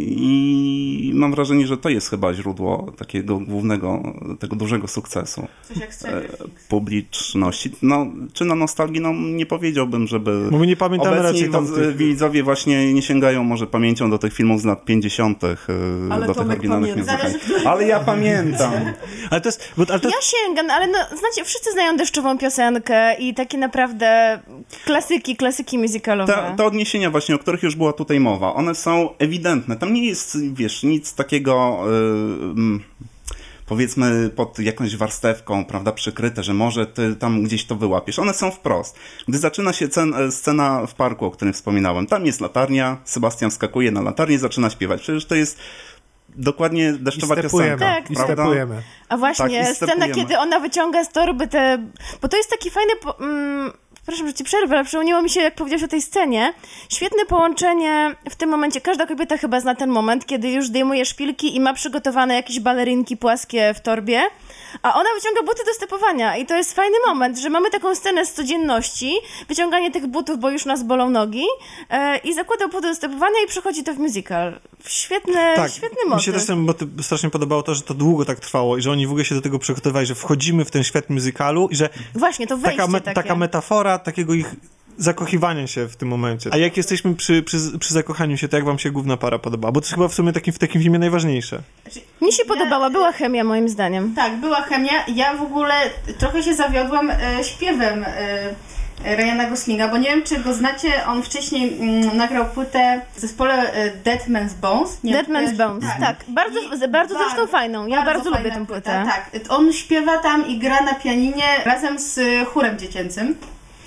I mam wrażenie, że to jest chyba źródło takiego głównego, tego dużego sukcesu Coś jak Stranger e, Things. publiczności. No, czy na nostalgii, no nie powiedziałbym, żeby... Bo my nie pamiętamy Obecni raczej tam woz- tych... widzowie właśnie nie sięgają może pamięcią do tych filmów z lat pięćdziesiątych, e, Ale do tych Tomek oryginalnych pamięta. musicali. Ale ja pamiętam. Ale to jest... Bo, ale to jest... Ja sięgam, ale no, znacie, wszyscy znają deszczową piosenkę i takie naprawdę klasyki, klasyki musicalowe. Te, te odniesienia właśnie, o których już była tutaj mowa, one są ewidentne. Tam nie jest, wiesz, nic nic takiego y, powiedzmy pod jakąś warstewką, prawda, przykryte, że może ty tam gdzieś to wyłapiesz. One są wprost. Gdy zaczyna się cen, scena w parku, o którym wspominałem, tam jest latarnia, Sebastian skakuje na latarnię i zaczyna śpiewać. Przecież to jest dokładnie deszczowa piosenka. Tak. I prawda? stepujemy. A właśnie, Tak, i scena, stepujemy. kiedy ona wyciąga z torby te... Bo to jest taki fajny... Po... Mm, przepraszam, że ci przerwę, ale przypomniało mi się, jak powiedziałeś o tej scenie. Świetne połączenie w tym momencie. Każda kobieta chyba zna ten moment, kiedy już zdejmuje szpilki i ma przygotowane jakieś balerinki płaskie w torbie, a ona wyciąga buty do stepowania. I to jest fajny moment, że mamy taką scenę z codzienności, wyciąganie tych butów, bo już nas bolą nogi, e, i zakłada buty do stepowania i przechodzi to w musical. Świetny, Tak, świetny mi motyw. się też ten motyw strasznie podobało to, że to długo tak trwało i że oni w ogóle się do tego przygotowywali, że wchodzimy w ten świat musicalu i że Właśnie, to wejście taka, me, takie. taka metafora takiego ich zakochiwania się w tym momencie. A jak jesteśmy przy, przy, przy zakochaniu się, to jak wam się główna para podobała? Bo to jest chyba w sumie takim, w takim filmie najważniejsze. Mi się podobała, była chemia moim zdaniem. Tak, była chemia. Ja w ogóle trochę się zawiodłam e, śpiewem e, Ryana Goslinga, bo nie wiem, czy go znacie, on wcześniej mm, nagrał płytę w zespole e, Dead Man's Bones. Nie Dead wiem, Man's czy- Bones, tak. Bardzo, I bardzo zresztą fajną. Ja bardzo, lubię fajna tę płyta, płytę. Tak, on śpiewa tam i gra na pianinie razem z chórem dziecięcym.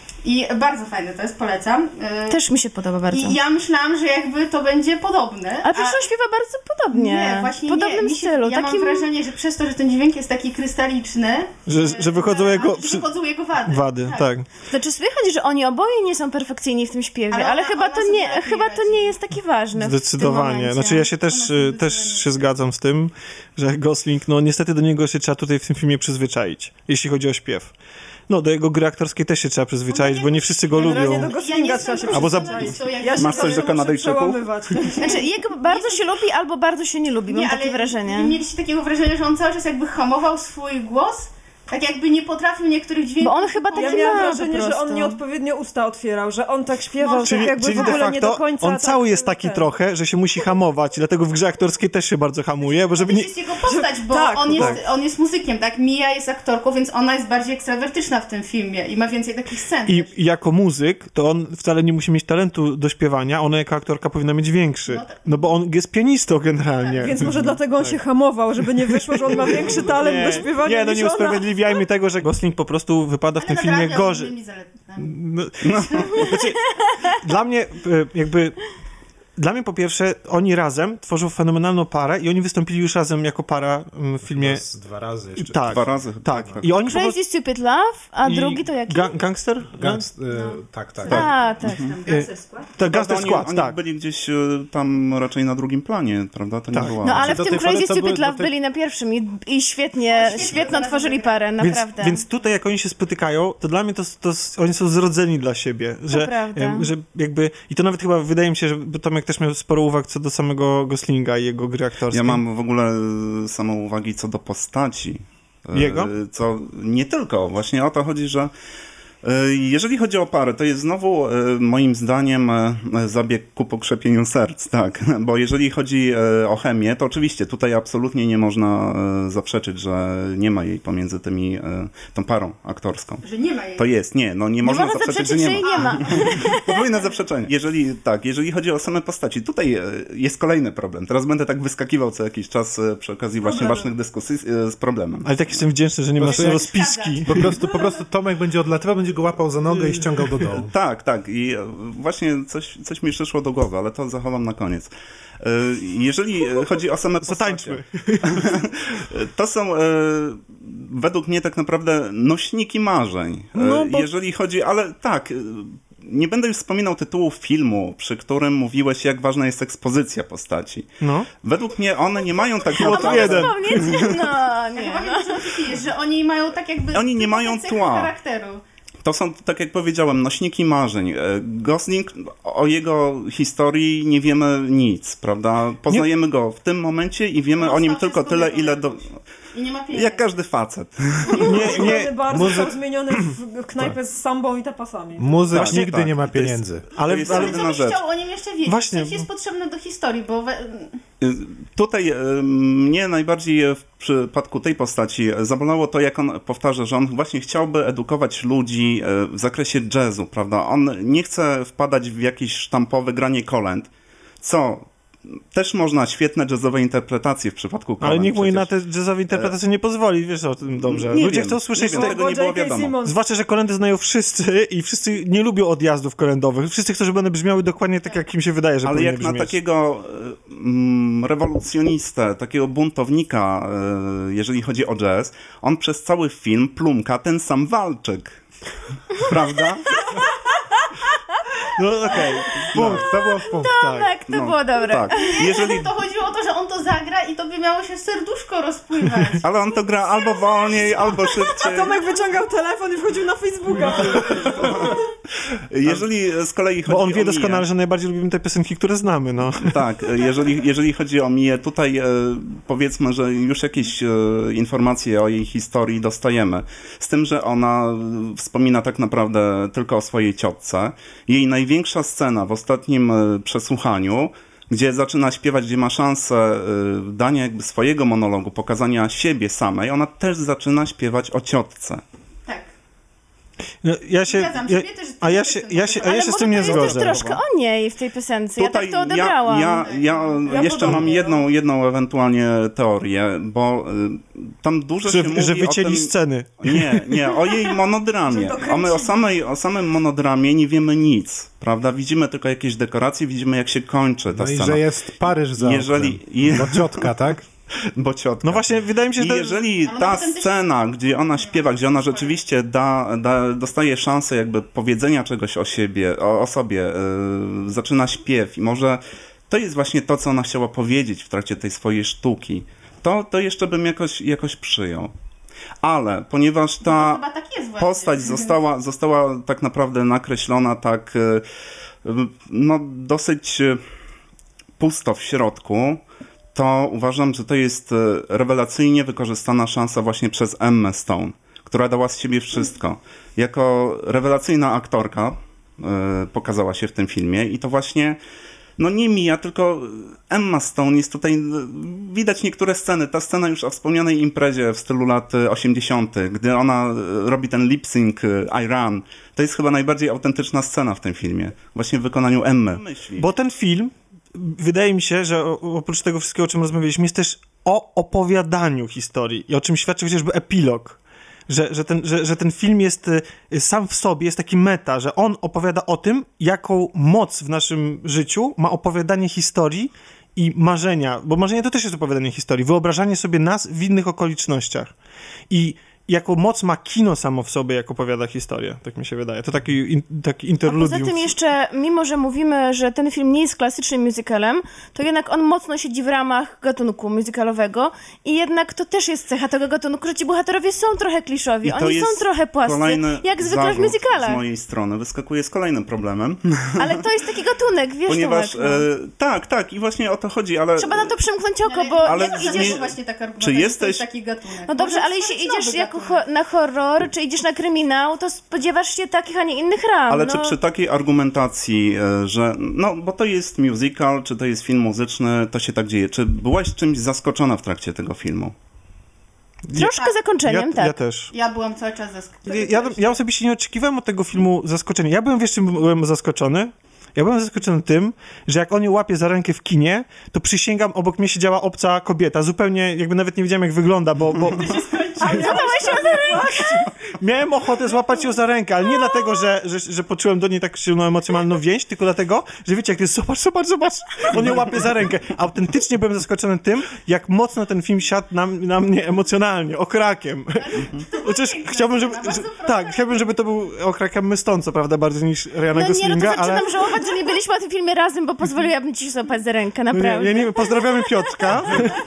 I bardzo fajne to jest, polecam. E, Też mi się podoba bardzo. I ja myślałam, że jakby to będzie podobne. Ale przecież a- on śpiewa bardzo podobnie. Nie, właśnie w podobnym nie. Mi się, stylu. ja takim... mam wrażenie, że przez to, że ten dźwięk jest taki krystaliczny, Że, że wychodzą że jego że wychodzą jego wady. wady, tak. Znaczy słychać, że oni oboje nie są perfekcyjni w tym śpiewie, ale, Ale ona- chyba, ona to sobie nie, lepiej chyba to radzi. nie jest takie ważne. W tym Zdecydowanie. momencie. Znaczy ja się też, Ona sobie też zdecydowanie się zgadzam z tym, że Gosling, no niestety do niego się trzeba tutaj w tym filmie przyzwyczaić, jeśli chodzi o śpiew. No, do jego gry aktorskiej też się trzeba przyzwyczaić, bo nie wszyscy go Generalnie lubią. do Goslinga trzeba się Albo za- przyzwyczaić. jak Ja się Masz coś do zawsze muszę Kanadyjczyków? przełamywać. Znaczy, jego bardzo się lubi albo bardzo się nie lubi, mam Nie, takie ale wrażenie. nie mieliście takiego wrażenia, że on cały czas jakby hamował swój głos? Tak jakby nie potrafił niektórych dźwięków. Bo on chyba taki Ja ma miałam po wrażenie, że on prostu. nieodpowiednio usta otwierał, że on tak śpiewał, No, że Czyli, jakby czyli w de ogóle nie do facto końca... on tak, cały jest taki ten. trochę, że się musi hamować i dlatego w grze aktorskiej też się bardzo hamuje, bo żeby To nie... jest jego postać, bo Tak, on, jest, tak. on jest muzykiem, tak? Mia jest aktorką, więc ona jest bardziej ekstrawertyczna w tym filmie i ma więcej takich scen. I, też. I jako muzyk, to on wcale nie musi mieć talentu do śpiewania, ona jako aktorka powinna mieć większy. No tak. No bo on jest pianistą generalnie. Więc może dlatego on się hamował, żeby nie wyszło, że on ma większy talent do śpiewania nie, no niż nie ona. usprawiedliwiajmy tego, że Gosling po prostu wypada w Ale tym filmie nadrabia gorzej. różnymi zaletami. No, znaczy, dla mnie e, jakby... Dla mnie po pierwsze, oni razem tworzą fenomenalną parę i oni wystąpili już razem jako para mm, w filmie... Raz, dwa razy jeszcze. Tak, Dwa razy chyba, tak. tak. I oni po prostu... Crazy Stupid Love, a i drugi to jaki? Ga- gangster? Gangst, y, tak, tak. A, tak. Tak, Gangster oni, Squad, oni tak. byli gdzieś e, tam raczej na drugim planie, prawda? To nie Tak. była... No ale w do tym tej pory Crazy to Stupid były- do Love tej- byli na pierwszym i, i świetnie, świetnie świetno razem tworzyli zagrali. parę, Więc, naprawdę. więc tutaj jak oni się spotykają, to dla mnie to, to oni są zrodzeni dla siebie. Że, prawda. em, że jakby, i to nawet chyba wydaje mi się, że bo Tomek też miał sporo uwag co do samego Goslinga i jego gry aktorskiej. Ja mam w ogóle e, samą uwagi co do postaci. E, Jego? Co nie tylko. Właśnie o to chodzi, że e, jeżeli chodzi o parę, to jest znowu e, moim zdaniem e, zabieg ku pokrzepieniu serc, tak. Bo jeżeli chodzi e, o chemię, to oczywiście tutaj absolutnie nie można e, zaprzeczyć, że nie ma jej pomiędzy tymi, e, tą parą aktorską. Że nie ma jej. To jest, nie, no nie, Nie można można zaprzeczyć, zaprzeczyć, że że nie jej ma. nie ma. Podwójne zaprzeczenie. Jeżeli tak, jeżeli chodzi o same postaci, tutaj e, jest kolejny problem. Teraz będę tak wyskakiwał co jakiś czas e, przy okazji właśnie Problem. ważnych dyskusji e, z problemem. Ale tak jestem wdzięczny, że nie masz Proszę, rozpiski. Po prostu, po prostu Tomek będzie odlatywał, będzie go łapał za nogę i ściągał do dołu. Tak, tak. I e, właśnie coś, coś mi przyszło do głowy, ale to zachowam na koniec. E, Jeżeli e, chodzi o same postacie, Zatańczmy. to są e, według mnie tak naprawdę nośniki marzeń. E, No, bo- Jeżeli chodzi, ale tak, e, nie będę już wspominał tytułu filmu, przy którym mówiłeś, jak ważna jest ekspozycja postaci. No. Według mnie one nie mają tak Było to naprawdę... jeden. Wspomnieć? No, nie. Chyba nie można powiedzieć, że oni mają tak jakby... Oni nie mają cechy tła. charakteru. To są, tak jak powiedziałem, nośniki marzeń. E, Gosling, o jego historii nie wiemy nic, prawda? Poznajemy go w tym momencie i wiemy No, o nim sam tylko wszystko tyle, wiadomo. ile do... I nie ma pieniędzy. Jak każdy facet. Nie, nie, bardzo muzyk- został zmieniony w knajpę z sambą i tapasami. Muzyk Właśnie nigdy tak. nie ma To jest- pieniędzy. ale, To jest ale Ale co jedyna byś rzecz. chciał o nim jeszcze wiedzieć? Właśnie. Coś jest potrzebne do historii, bo... We... Y, Tutaj y, mnie najbardziej w przypadku tej postaci zabolało to, jak on powtarza, że on właśnie chciałby edukować ludzi y, w zakresie jazzu, prawda? On nie chce wpadać w jakieś sztampowe granie kolęd, co też można świetne jazzowe interpretacje w przypadku Cohen. Ale nikt mu przecież. na te jazzowe interpretacje nie pozwoli, wiesz o tym dobrze. Nie Ludzie wiem, chcą słyszeć nie wiem, te... tego nie było wiadomo. Simmons. Zwłaszcza, że kolędy znają wszyscy i wszyscy nie lubią odjazdów kolędowych. Wszyscy chcą, żeby one brzmiały dokładnie tak, jak im się wydaje, że Ale powinny jak na brzmieć. takiego mm, rewolucjonistę, takiego buntownika, y, jeżeli chodzi o jazz, on przez cały film plumka ten sam Walczyk. Prawda? No okej. Punkt, to było w punkt. Tak. Tak, to No, było dobre. Tak. Jeżeli, To chodziło o to, że on to zagra i to by miało się serduszko rozpływać. ale on to gra albo wolniej, albo szybciej. Tomek wyciągał telefon i wchodził na Facebooka. Jeżeli z kolei chodzi Bo on o wie doskonale, Mię, że najbardziej lubimy te piosenki, które znamy, no. tak, jeżeli, jeżeli chodzi o Mię, tutaj e, powiedzmy, że już jakieś e, informacje o jej historii dostajemy. Z tym, że ona e, wspomina tak naprawdę tylko o swojej ciotce. Jej największa scena w ostatnim e, przesłuchaniu, gdzie zaczyna śpiewać, gdzie ma szansę e, dania jakby swojego monologu, pokazania siebie samej, ona też zaczyna śpiewać o ciotce. Tak. no ja się, Zgadzam się, ja, mnie też a ja też się, to ja się, a Ale ja się z może tym nie to jest też zgodzę. troszkę o niej w tej piosence. Ja tak to ja, odebrałam. ja, ja, Ja jeszcze podobnie, mam jedną, jedną ewentualnie teorię, bo y, tam dużo Że, się mówi że o wycięli tym... sceny. Nie, nie, o jej monodramie. A my o, samej, o samym monodramie nie wiemy nic, prawda? Widzimy tylko jakieś dekoracje, widzimy jak się kończy ta No i scena. że jest Paryż za Jeżeli- oknem. je- Bo ciotka, tak? Bo ciotka. No właśnie, wydaje mi się, I że... to- jeżeli Ale ta potem też- scena, gdzie ona śpiewa, gdzie ona rzeczywiście da, da, dostaje szansę jakby powiedzenia czegoś o siebie, o, o sobie, yy, zaczyna śpiew i może to jest właśnie to, co ona chciała powiedzieć w trakcie tej swojej sztuki, to, to jeszcze bym jakoś, jakoś przyjął. Ale ponieważ To ta chyba tak jest właśnie. postać została, została tak naprawdę nakreślona tak yy, no, dosyć yy, pusto w środku, to uważam, że to jest e, rewelacyjnie wykorzystana szansa właśnie przez Emmę Stone, która dała z siebie wszystko. Jako rewelacyjna aktorka e, pokazała się w tym filmie i to właśnie, no nie Mia, tylko Emma Stone jest tutaj, widać niektóre sceny, ta scena już o wspomnianej imprezie w stylu lat osiemdziesiątych, gdy ona e, robi ten lip sync e, I Run, to jest chyba najbardziej autentyczna scena w tym filmie, właśnie w wykonaniu Emmy. Bo ten film, wydaje mi się, że o- oprócz tego wszystkiego, o czym rozmawialiśmy, jest też o opowiadaniu historii i o czym świadczy chociażby epilog. Że, że, ten, że, że ten film jest y, sam w sobie, jest taki meta, że on opowiada o tym, jaką moc w naszym życiu ma opowiadanie historii i marzenia, bo marzenie to też jest opowiadanie historii, wyobrażanie sobie nas w innych okolicznościach. I jaką moc ma kino samo w sobie, jak opowiada historię, tak mi się wydaje. To taki, in, taki A interludium. poza tym jeszcze, mimo że mówimy, że ten film nie jest klasycznym musicalem, to jednak on mocno siedzi w ramach gatunku musicalowego i jednak to też jest cecha tego gatunku, że ci bohaterowie są trochę kliszowi, I to oni są jest trochę płascy, kolejny jak zwykle w zarzut musicalach. z mojej strony wyskakuje z kolejnym problemem. Ale to jest taki gatunek, wiesz, Ponieważ Tomek, no. e, tak, tak i właśnie o to chodzi, ale Trzeba na to przymknąć oko, Ale, bo ale jak nie, idziesz... idziesz właśnie tak argument, czy że to jesteś- jest taki gatunek. No dobrze, Może ale jeśli stworzyć idziesz nowy jako gatunek. ho- na horror, czy idziesz na kryminał, to spodziewasz się takich, a nie innych ram. ale no. czy przy takiej argumentacji, e, że no bo to jest musical, czy to jest film muzyczny, to się tak dzieje. Czy byłaś czymś zaskoczona w trakcie tego filmu? Troszkę Tak. zakończeniem, ja, tak. ja też. Ja byłam cały czas zaskoczona. Ja, ja osobiście nie oczekiwałem od tego filmu zaskoczenia. Ja byłem, wiesz, czym byłem zaskoczony? Ja byłem zaskoczony tym, że jak on ją łapie za rękę w kinie, to przysięgam, obok mnie siedziała obca kobieta. Zupełnie, jakby nawet nie wiedziałem, jak wygląda, bo, bo Złapałeś ją za rękę. miałem ochotę złapać ją za rękę, ale nie dlatego, że, że, że poczułem do niej tak silną emocjonalną więź, tylko dlatego, że wiecie, jak to jest, zobacz, zobacz, zobacz, on ją łapie za rękę. Autentycznie byłem zaskoczony tym, jak mocno ten film siadł na, na mnie emocjonalnie, okrakiem. Chociaż chciałbym, żeby, że, tak, chciałbym, żeby to był okrakiem myśląco, prawda, bardziej niż Ryana No nie, no to Goslinga, ale... zaczynam żałować, że nie byliśmy na tym filmie razem, bo pozwoliłabym ci się złapać za rękę, No naprawdę. Nie, nie, nie, pozdrawiamy Piotrka.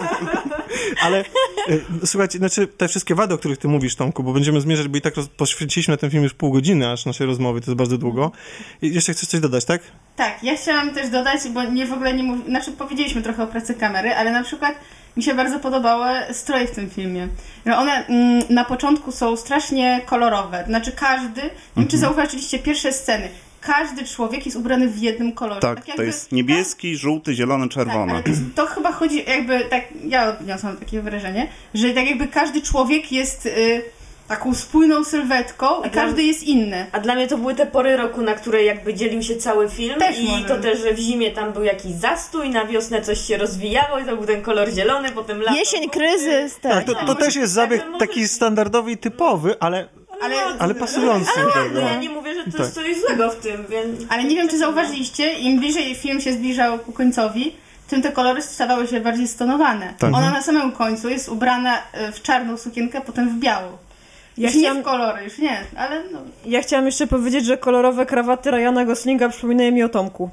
Ale y, słuchajcie, znaczy te wszystkie wady, o których ty mówisz, Tomku, bo będziemy zmierzać, bo i tak roz, poświęciliśmy na ten film już pół godziny aż naszej rozmowy, to jest bardzo długo. I jeszcze chcesz coś dodać, tak? Tak, ja chciałam też dodać, bo nie w ogóle nie mów... znaczy powiedzieliśmy trochę o pracy kamery, ale na przykład mi się bardzo podobały stroje w tym filmie. Że one mm, na początku są strasznie kolorowe, znaczy każdy, nie wiem czy zauważyliście pierwsze sceny, każdy człowiek jest ubrany w jednym kolorze. Tak, to jakby- jest niebieski, żółty, zielony, Tak, czerwony. ale to, jest- to chyba chodzi jakby, tak, ja odniosłam takie wrażenie, że tak jakby każdy człowiek jest y, taką spójną sylwetką i dla- każdy jest inny. A dla mnie to były te pory roku, na które jakby dzielił się cały film Też i może. to też, że w zimie tam był jakiś zastój, na wiosnę coś się rozwijało i to był ten kolor zielony, potem lato. Jesień, kryzys, tak. Tak, to, to też jest zabieg taki standardowy i typowy, ale, Ale, ale pasujący do tego. Ja nie mówię, że to Tak. jest coś złego w tym, więc... ale nie wiem, czy zauważyliście, im bliżej film się zbliżał ku końcowi, tym te kolory stawały się bardziej stonowane. Tak. Ona na samym końcu jest ubrana e, w czarną sukienkę, potem w białą. Ja Już nie chciałam, w kolory, już nie, ale no. ja chciałam jeszcze powiedzieć, że kolorowe krawaty Ryana Goslinga przypominają mi o Tomku.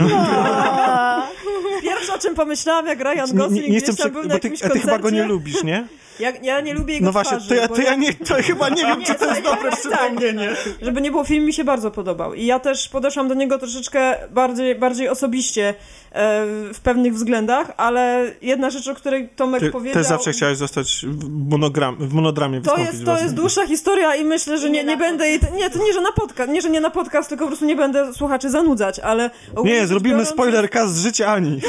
Pierwsze, o czym pomyślałam, jak Ryan Nie, Gosling nie, nie jestem gdzieś tam prze... był na bo ty, jakimś a ty chyba go nie koncercie. lubisz, nie? Ja, ja nie lubię jego No właśnie, twarzy, to ja, bo to ja, nie, to ja chyba nie wiem, Nie, czy to jest to- dobre tak. przypomnienie. Żeby nie było, film mi się bardzo podobał. I ja też podeszłam do niego troszeczkę bardziej, bardziej osobiście e, w pewnych względach, ale jedna rzecz, o której Tomek Ty powiedział... też zawsze chciałeś zostać w, monogram, w monodramie To wystąpić. jest, to jest własnym. dłuższa historia i myślę, że I nie, nie nie na będę jej... Nie, to nie, że na podcast, nie, że nie na podcast, tylko po prostu nie będę słuchaczy zanudzać, ale... ogólnie Nie, rzecz zrobimy biorąc, spoilercast z życia Ani.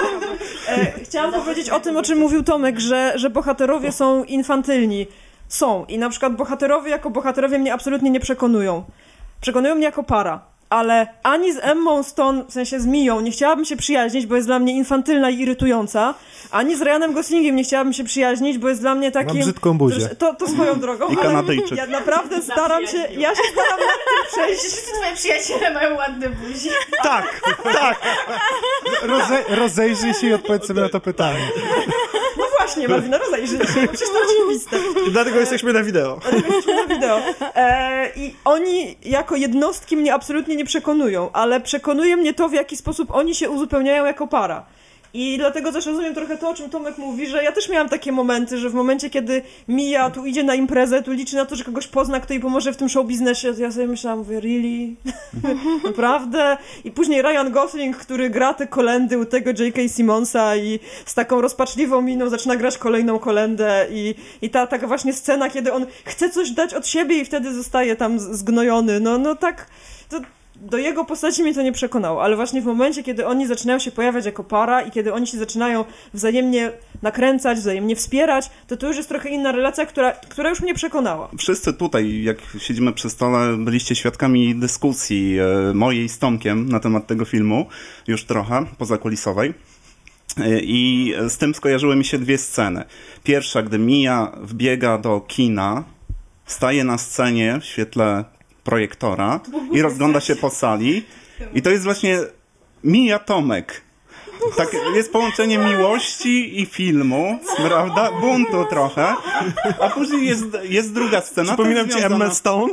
E, chciałam powiedzieć o tym, o czym mówił Tomek, że, że bohaterowie są infantylni. Są. I na przykład bohaterowie jako bohaterowie mnie absolutnie nie przekonują. Przekonują mnie jako para. Ale ani z Emmą Stone, w sensie z Miją, nie chciałabym się przyjaźnić, bo jest dla mnie infantylna i irytująca, ani z Ryanem Goslingiem nie chciałabym się przyjaźnić, bo jest dla mnie takim... Mam brzydką buzię. To, to swoją drogą. I ale Kanadyjczyk. Ja naprawdę staram się... Ja się staram nad tym przejść. Wszyscy twoje przyjaciele mają ładne buzi. Tak, tak. Roze, rozejrzyj się i odpowiedz sobie na to pytanie. No właśnie, Malwina, rozejrzyj się, bo przecież to oczywiste. Dlatego jesteśmy na wideo. Jesteśmy na wideo. E, I oni jako jednostki mnie absolutnie nie przekonują, ale przekonuje mnie to, w jaki sposób oni się uzupełniają jako para. I dlatego też rozumiem trochę to, o czym Tomek mówi, że ja też miałam takie momenty, że w momencie, kiedy Mia tu idzie na imprezę, tu liczy na to, że kogoś pozna, kto jej pomoże w tym show biznesie, to ja sobie myślałam, mówię, really? Naprawdę? I później Ryan Gosling, który gra te kolendy u tego J K. Simmonsa i z taką rozpaczliwą miną zaczyna grać kolejną kolendę i, i ta taka właśnie scena, kiedy on chce coś dać od siebie i wtedy zostaje tam z- zgnojony, no, no tak... To, do jego postaci mnie to nie przekonało, ale właśnie w momencie, kiedy oni zaczynają się pojawiać jako para i kiedy oni się zaczynają wzajemnie nakręcać, wzajemnie wspierać, to to już jest trochę inna relacja, która, która już mnie przekonała. Wszyscy tutaj, jak siedzimy przy stole, byliście świadkami dyskusji e, mojej z Tomkiem na temat tego filmu, już trochę, pozakulisowej. E, I z tym skojarzyły mi się dwie sceny. Pierwsza, gdy Mia wbiega do kina, staje na scenie w świetle projektora i rozgląda się po sali. I to jest właśnie Mia Tomek. Tak, jest połączenie miłości i filmu, prawda? Buntu trochę. A później jest, jest druga scena. Przypominam też ci związana- Emma Stone.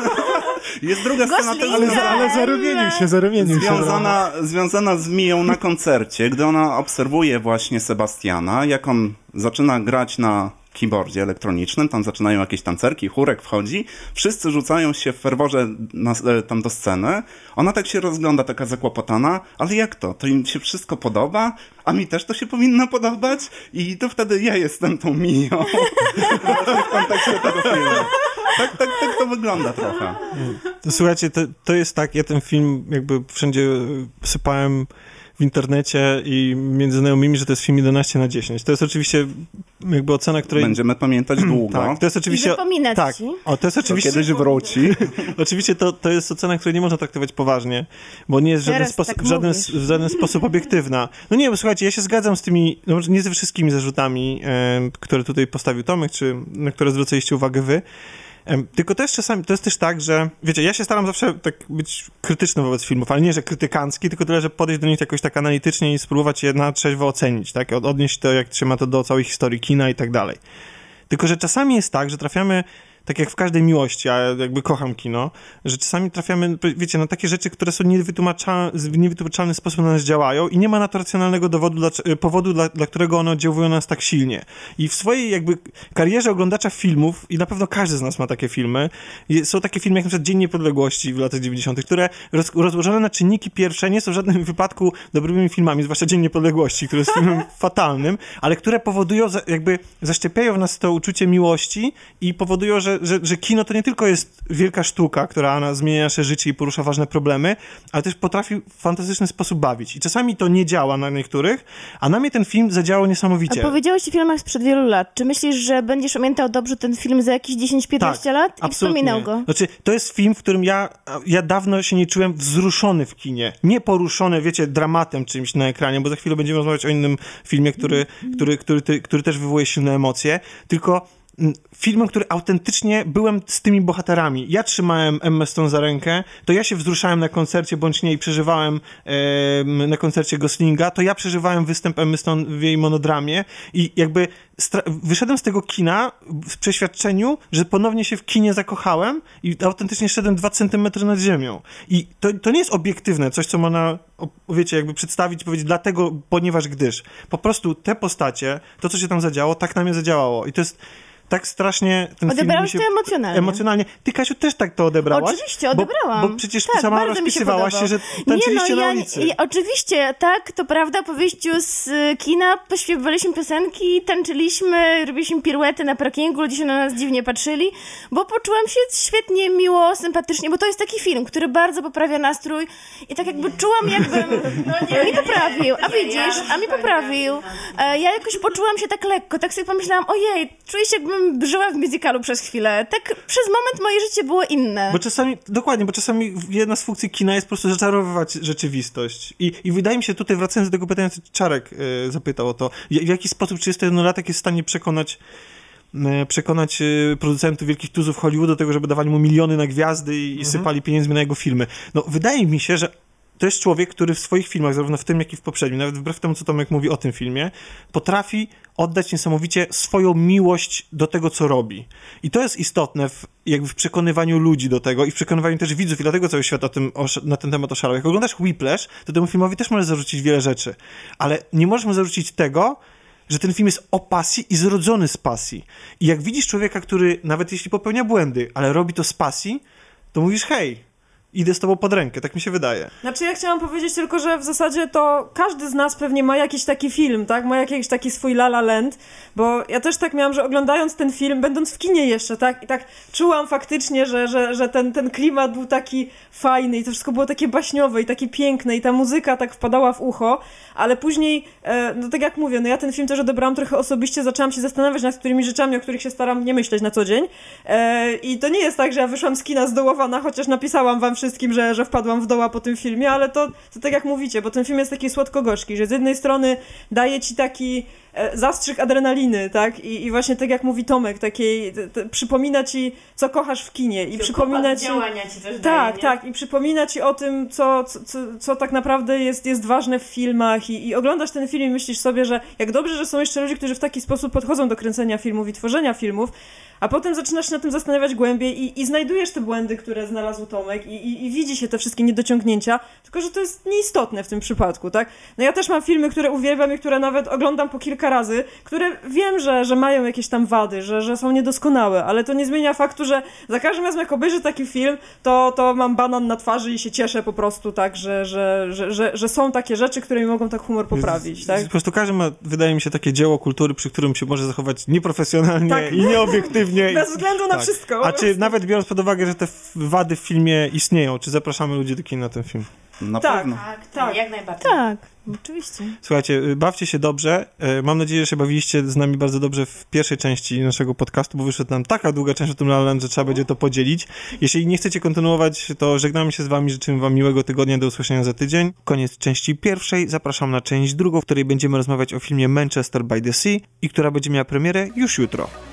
Jest druga scena też Ale, za- ale zarumienił się, zarumienił się. związana, związana z Miją na koncercie, gdy ona obserwuje właśnie Sebastiana, jak on zaczyna grać na keyboardzie elektronicznym, tam zaczynają jakieś tancerki, chórek wchodzi, wszyscy rzucają się w ferworze na, e, tam do sceny, ona tak się rozgląda, taka zakłopotana, ale jak to? To im się wszystko podoba? A mi też to się powinno podobać? I to wtedy ja jestem tą Miją w kontekście tego filmu. Tak, tak, tak to wygląda trochę. To, słuchajcie, to, to jest tak, ja ten film jakby wszędzie sypałem w internecie i między znajomymi, że to jest film jedenaście na dziesięć. To jest oczywiście jakby ocena, której... Będziemy pamiętać długo. Tak, to jest oczywiście... I wypominać tak, ci. o, to jest To oczywiście... kiedyś wróci. Oczywiście to, to jest ocena, której nie można traktować poważnie, bo nie jest w żaden, Teraz sposób, tak w żaden, mówisz. w żaden sposób obiektywna. No nie, bo słuchajcie, ja się zgadzam z tymi, no może nie ze wszystkimi zarzutami, e, które tutaj postawił Tomek, czy na które zwróciliście uwagę wy. Em, Tylko też czasami, to jest też tak, że wiecie, ja się staram zawsze tak być krytyczny wobec filmów, ale nie, że krytykancki, tylko tyle, że podejść do nich jakoś tak analitycznie i spróbować je na trzeźwo ocenić, tak? Od- Odnieść to, jak trzyma to do całej historii kina i tak dalej. Tylko że czasami jest tak, że trafiamy, tak jak w każdej miłości, a ja jakby kocham kino, że czasami trafiamy, wiecie, na takie rzeczy, które są niewytłumaczalne, w niewytłumaczalny sposób na nas działają i nie ma na to racjonalnego dowodu, dla, powodu, dla, dla którego one oddziałują na nas tak silnie. I w swojej jakby karierze oglądacza filmów, i na pewno każdy z nas ma takie filmy, je- są takie filmy jak na przykład Dzień Niepodległości w latach dziewięćdziesiątych, które roz, rozłożone na czynniki pierwsze nie są w żadnym wypadku dobrymi filmami, zwłaszcza Dzień Niepodległości, który jest filmem fatalnym, ale które powodują, za- jakby zaszczepiają w nas to uczucie miłości i powodują, że że, że, że kino to nie tylko jest wielka sztuka, która zmienia nasze życie i porusza ważne problemy, ale też potrafi w fantastyczny sposób bawić. I czasami to nie działa na niektórych, a na mnie ten film zadziałał niesamowicie. A powiedziałeś o filmach sprzed wielu lat. Czy myślisz, że będziesz pamiętał dobrze ten film za jakieś dziesięć piętnaście tak, lat? I absolutnie. wspominał go. Znaczy, to jest film, w którym ja, ja dawno się nie czułem wzruszony w kinie. Nie poruszony, wiecie, dramatem czymś na ekranie, bo za chwilę będziemy rozmawiać o innym filmie, który, który, który, który, który też wywołuje silne emocje, tylko filmem, który autentycznie byłem z tymi bohaterami. Ja trzymałem Emmę Stone za rękę, to ja się wzruszałem na koncercie, bądź nie, i przeżywałem e, na koncercie Goslinga, to ja przeżywałem występ Emmy Stone w jej monodramie i jakby wyszedłem z tego kina w przeświadczeniu, że ponownie się w kinie zakochałem i autentycznie szedłem dwa centymetry nad ziemią. I to, to nie jest obiektywne, coś, co można, wiecie, jakby przedstawić i powiedzieć dlatego, ponieważ gdyż. Po prostu te postacie, to, co się tam zadziało, tak na mnie zadziałało. I to jest tak strasznie ten Odebrałeś film mi się... to emocjonalnie. Emocjonalnie. Ty, Kasiu, też tak to odebrałaś? Oczywiście, odebrałam. Bo, bo przecież tak, ty sama bardzo mi się rozpisywałaś się, że tańczyliście nie, no, na ja, ulicy. Ja, oczywiście, tak, to prawda, po wyjściu z y, kina pośpiewaliśmy piosenki, tańczyliśmy, robiliśmy piruety na parkingu, ludzie się na nas dziwnie patrzyli, bo poczułam się świetnie, miło, sympatycznie, bo to jest taki film, który bardzo poprawia nastrój i tak jakby czułam, jakbym... No nie, mi poprawił, a widzisz, a mi poprawił. E, ja jakoś poczułam się tak lekko, tak sobie pomyślałam, ojej, czuję się, jakbym żyła w musicalu przez chwilę. Tak przez moment moje życie było inne. Bo czasami, dokładnie, bo czasami jedna z funkcji kina jest po prostu zaczarowywać rzeczywistość. I, i wydaje mi się, tutaj wracając do tego pytania, co Czarek y, zapytał o to, w, w jaki sposób trzydziestojednolatek jest w stanie przekonać y, przekonać y, producentów wielkich tuzów Hollywoodu do tego, żeby dawali mu miliony na gwiazdy i, i mhm. sypali pieniędzmi na jego filmy. No, wydaje mi się, że to jest człowiek, który w swoich filmach, zarówno w tym, jak i w poprzednim, nawet wbrew temu, co Tomek mówi o tym filmie, potrafi oddać niesamowicie swoją miłość do tego, co robi. I to jest istotne w, jakby w przekonywaniu ludzi do tego i w przekonywaniu też widzów, i dlatego cały świat o tym, o, na ten temat oszalał. Jak oglądasz Whiplash, to temu filmowi też możesz zarzucić wiele rzeczy, ale nie możesz mu zarzucić tego, że ten film jest o pasji i zrodzony z pasji. I jak widzisz człowieka, który nawet jeśli popełnia błędy, ale robi to z pasji, to mówisz, hej, idę z tobą pod rękę, tak mi się wydaje. Znaczy ja chciałam powiedzieć tylko, że w zasadzie to każdy z nas pewnie ma jakiś taki film, tak? Ma jakiś taki swój La La Land, bo ja też tak miałam, że oglądając ten film, będąc w kinie jeszcze, tak? I tak czułam faktycznie, że, że, że ten, ten klimat był taki fajny i to wszystko było takie baśniowe i takie piękne i ta muzyka tak wpadała w ucho, ale później, e, no tak jak mówię, no ja ten film też odebrałam trochę osobiście, zaczęłam się zastanawiać nad którymi rzeczami, o których się staram nie myśleć na co dzień e, i to nie jest tak, że ja wyszłam z kina zdołowana, chociaż napisałam wam wszystkim, że, że wpadłam w doła po tym filmie, ale to, to tak jak mówicie, bo ten film jest taki słodko-gorzki, że z jednej strony daje ci taki e, zastrzyk adrenaliny, tak? I, i właśnie tak jak mówi Tomek, takiej, te, te, przypomina ci, co kochasz w kinie i przypomina ci... działania ci też tak, daje, tak, i przypomina ci o tym, co, co, co, co tak naprawdę jest, jest ważne w filmach i, i oglądasz ten film i myślisz sobie, że jak dobrze, że są jeszcze ludzie, którzy w taki sposób podchodzą do kręcenia filmów i tworzenia filmów, a potem zaczynasz się na tym zastanawiać głębiej i, i znajdujesz te błędy, które znalazł Tomek i, i, i widzi się te wszystkie niedociągnięcia, tylko że to jest nieistotne w tym przypadku, tak? No ja też mam filmy, które uwielbiam i które nawet oglądam po kilka razy, które wiem, że, że mają jakieś tam wady, że, że są niedoskonałe, ale to nie zmienia faktu, że za każdym razem jak obejrzę taki film, to, to mam banan na twarzy i się cieszę po prostu, tak, że, że, że, że, że są takie rzeczy, które mi mogą tak humor poprawić, tak? Po prostu każdy ma, wydaje mi się, takie dzieło kultury, przy którym się może zachować nieprofesjonalnie tak. i nieobiektywnie. Bez względu na tak. wszystko. A czy nawet biorąc pod uwagę, że te wady w filmie istnieją, czy zapraszamy ludzi do kina na ten film? Na tak, pewno. Tak, tak, jak najbardziej. Tak, oczywiście. Słuchajcie, bawcie się dobrze. Mam nadzieję, że się bawiliście z nami bardzo dobrze w pierwszej części naszego podcastu, bo wyszła nam taka długa część o tym La La Land, że trzeba będzie to podzielić. Jeśli nie chcecie kontynuować, to żegnamy się z wami, życzymy wam miłego tygodnia, do usłyszenia za tydzień. Koniec części pierwszej, zapraszam na część drugą, w której będziemy rozmawiać o filmie Manchester by the Sea i która będzie miała premierę już jutro.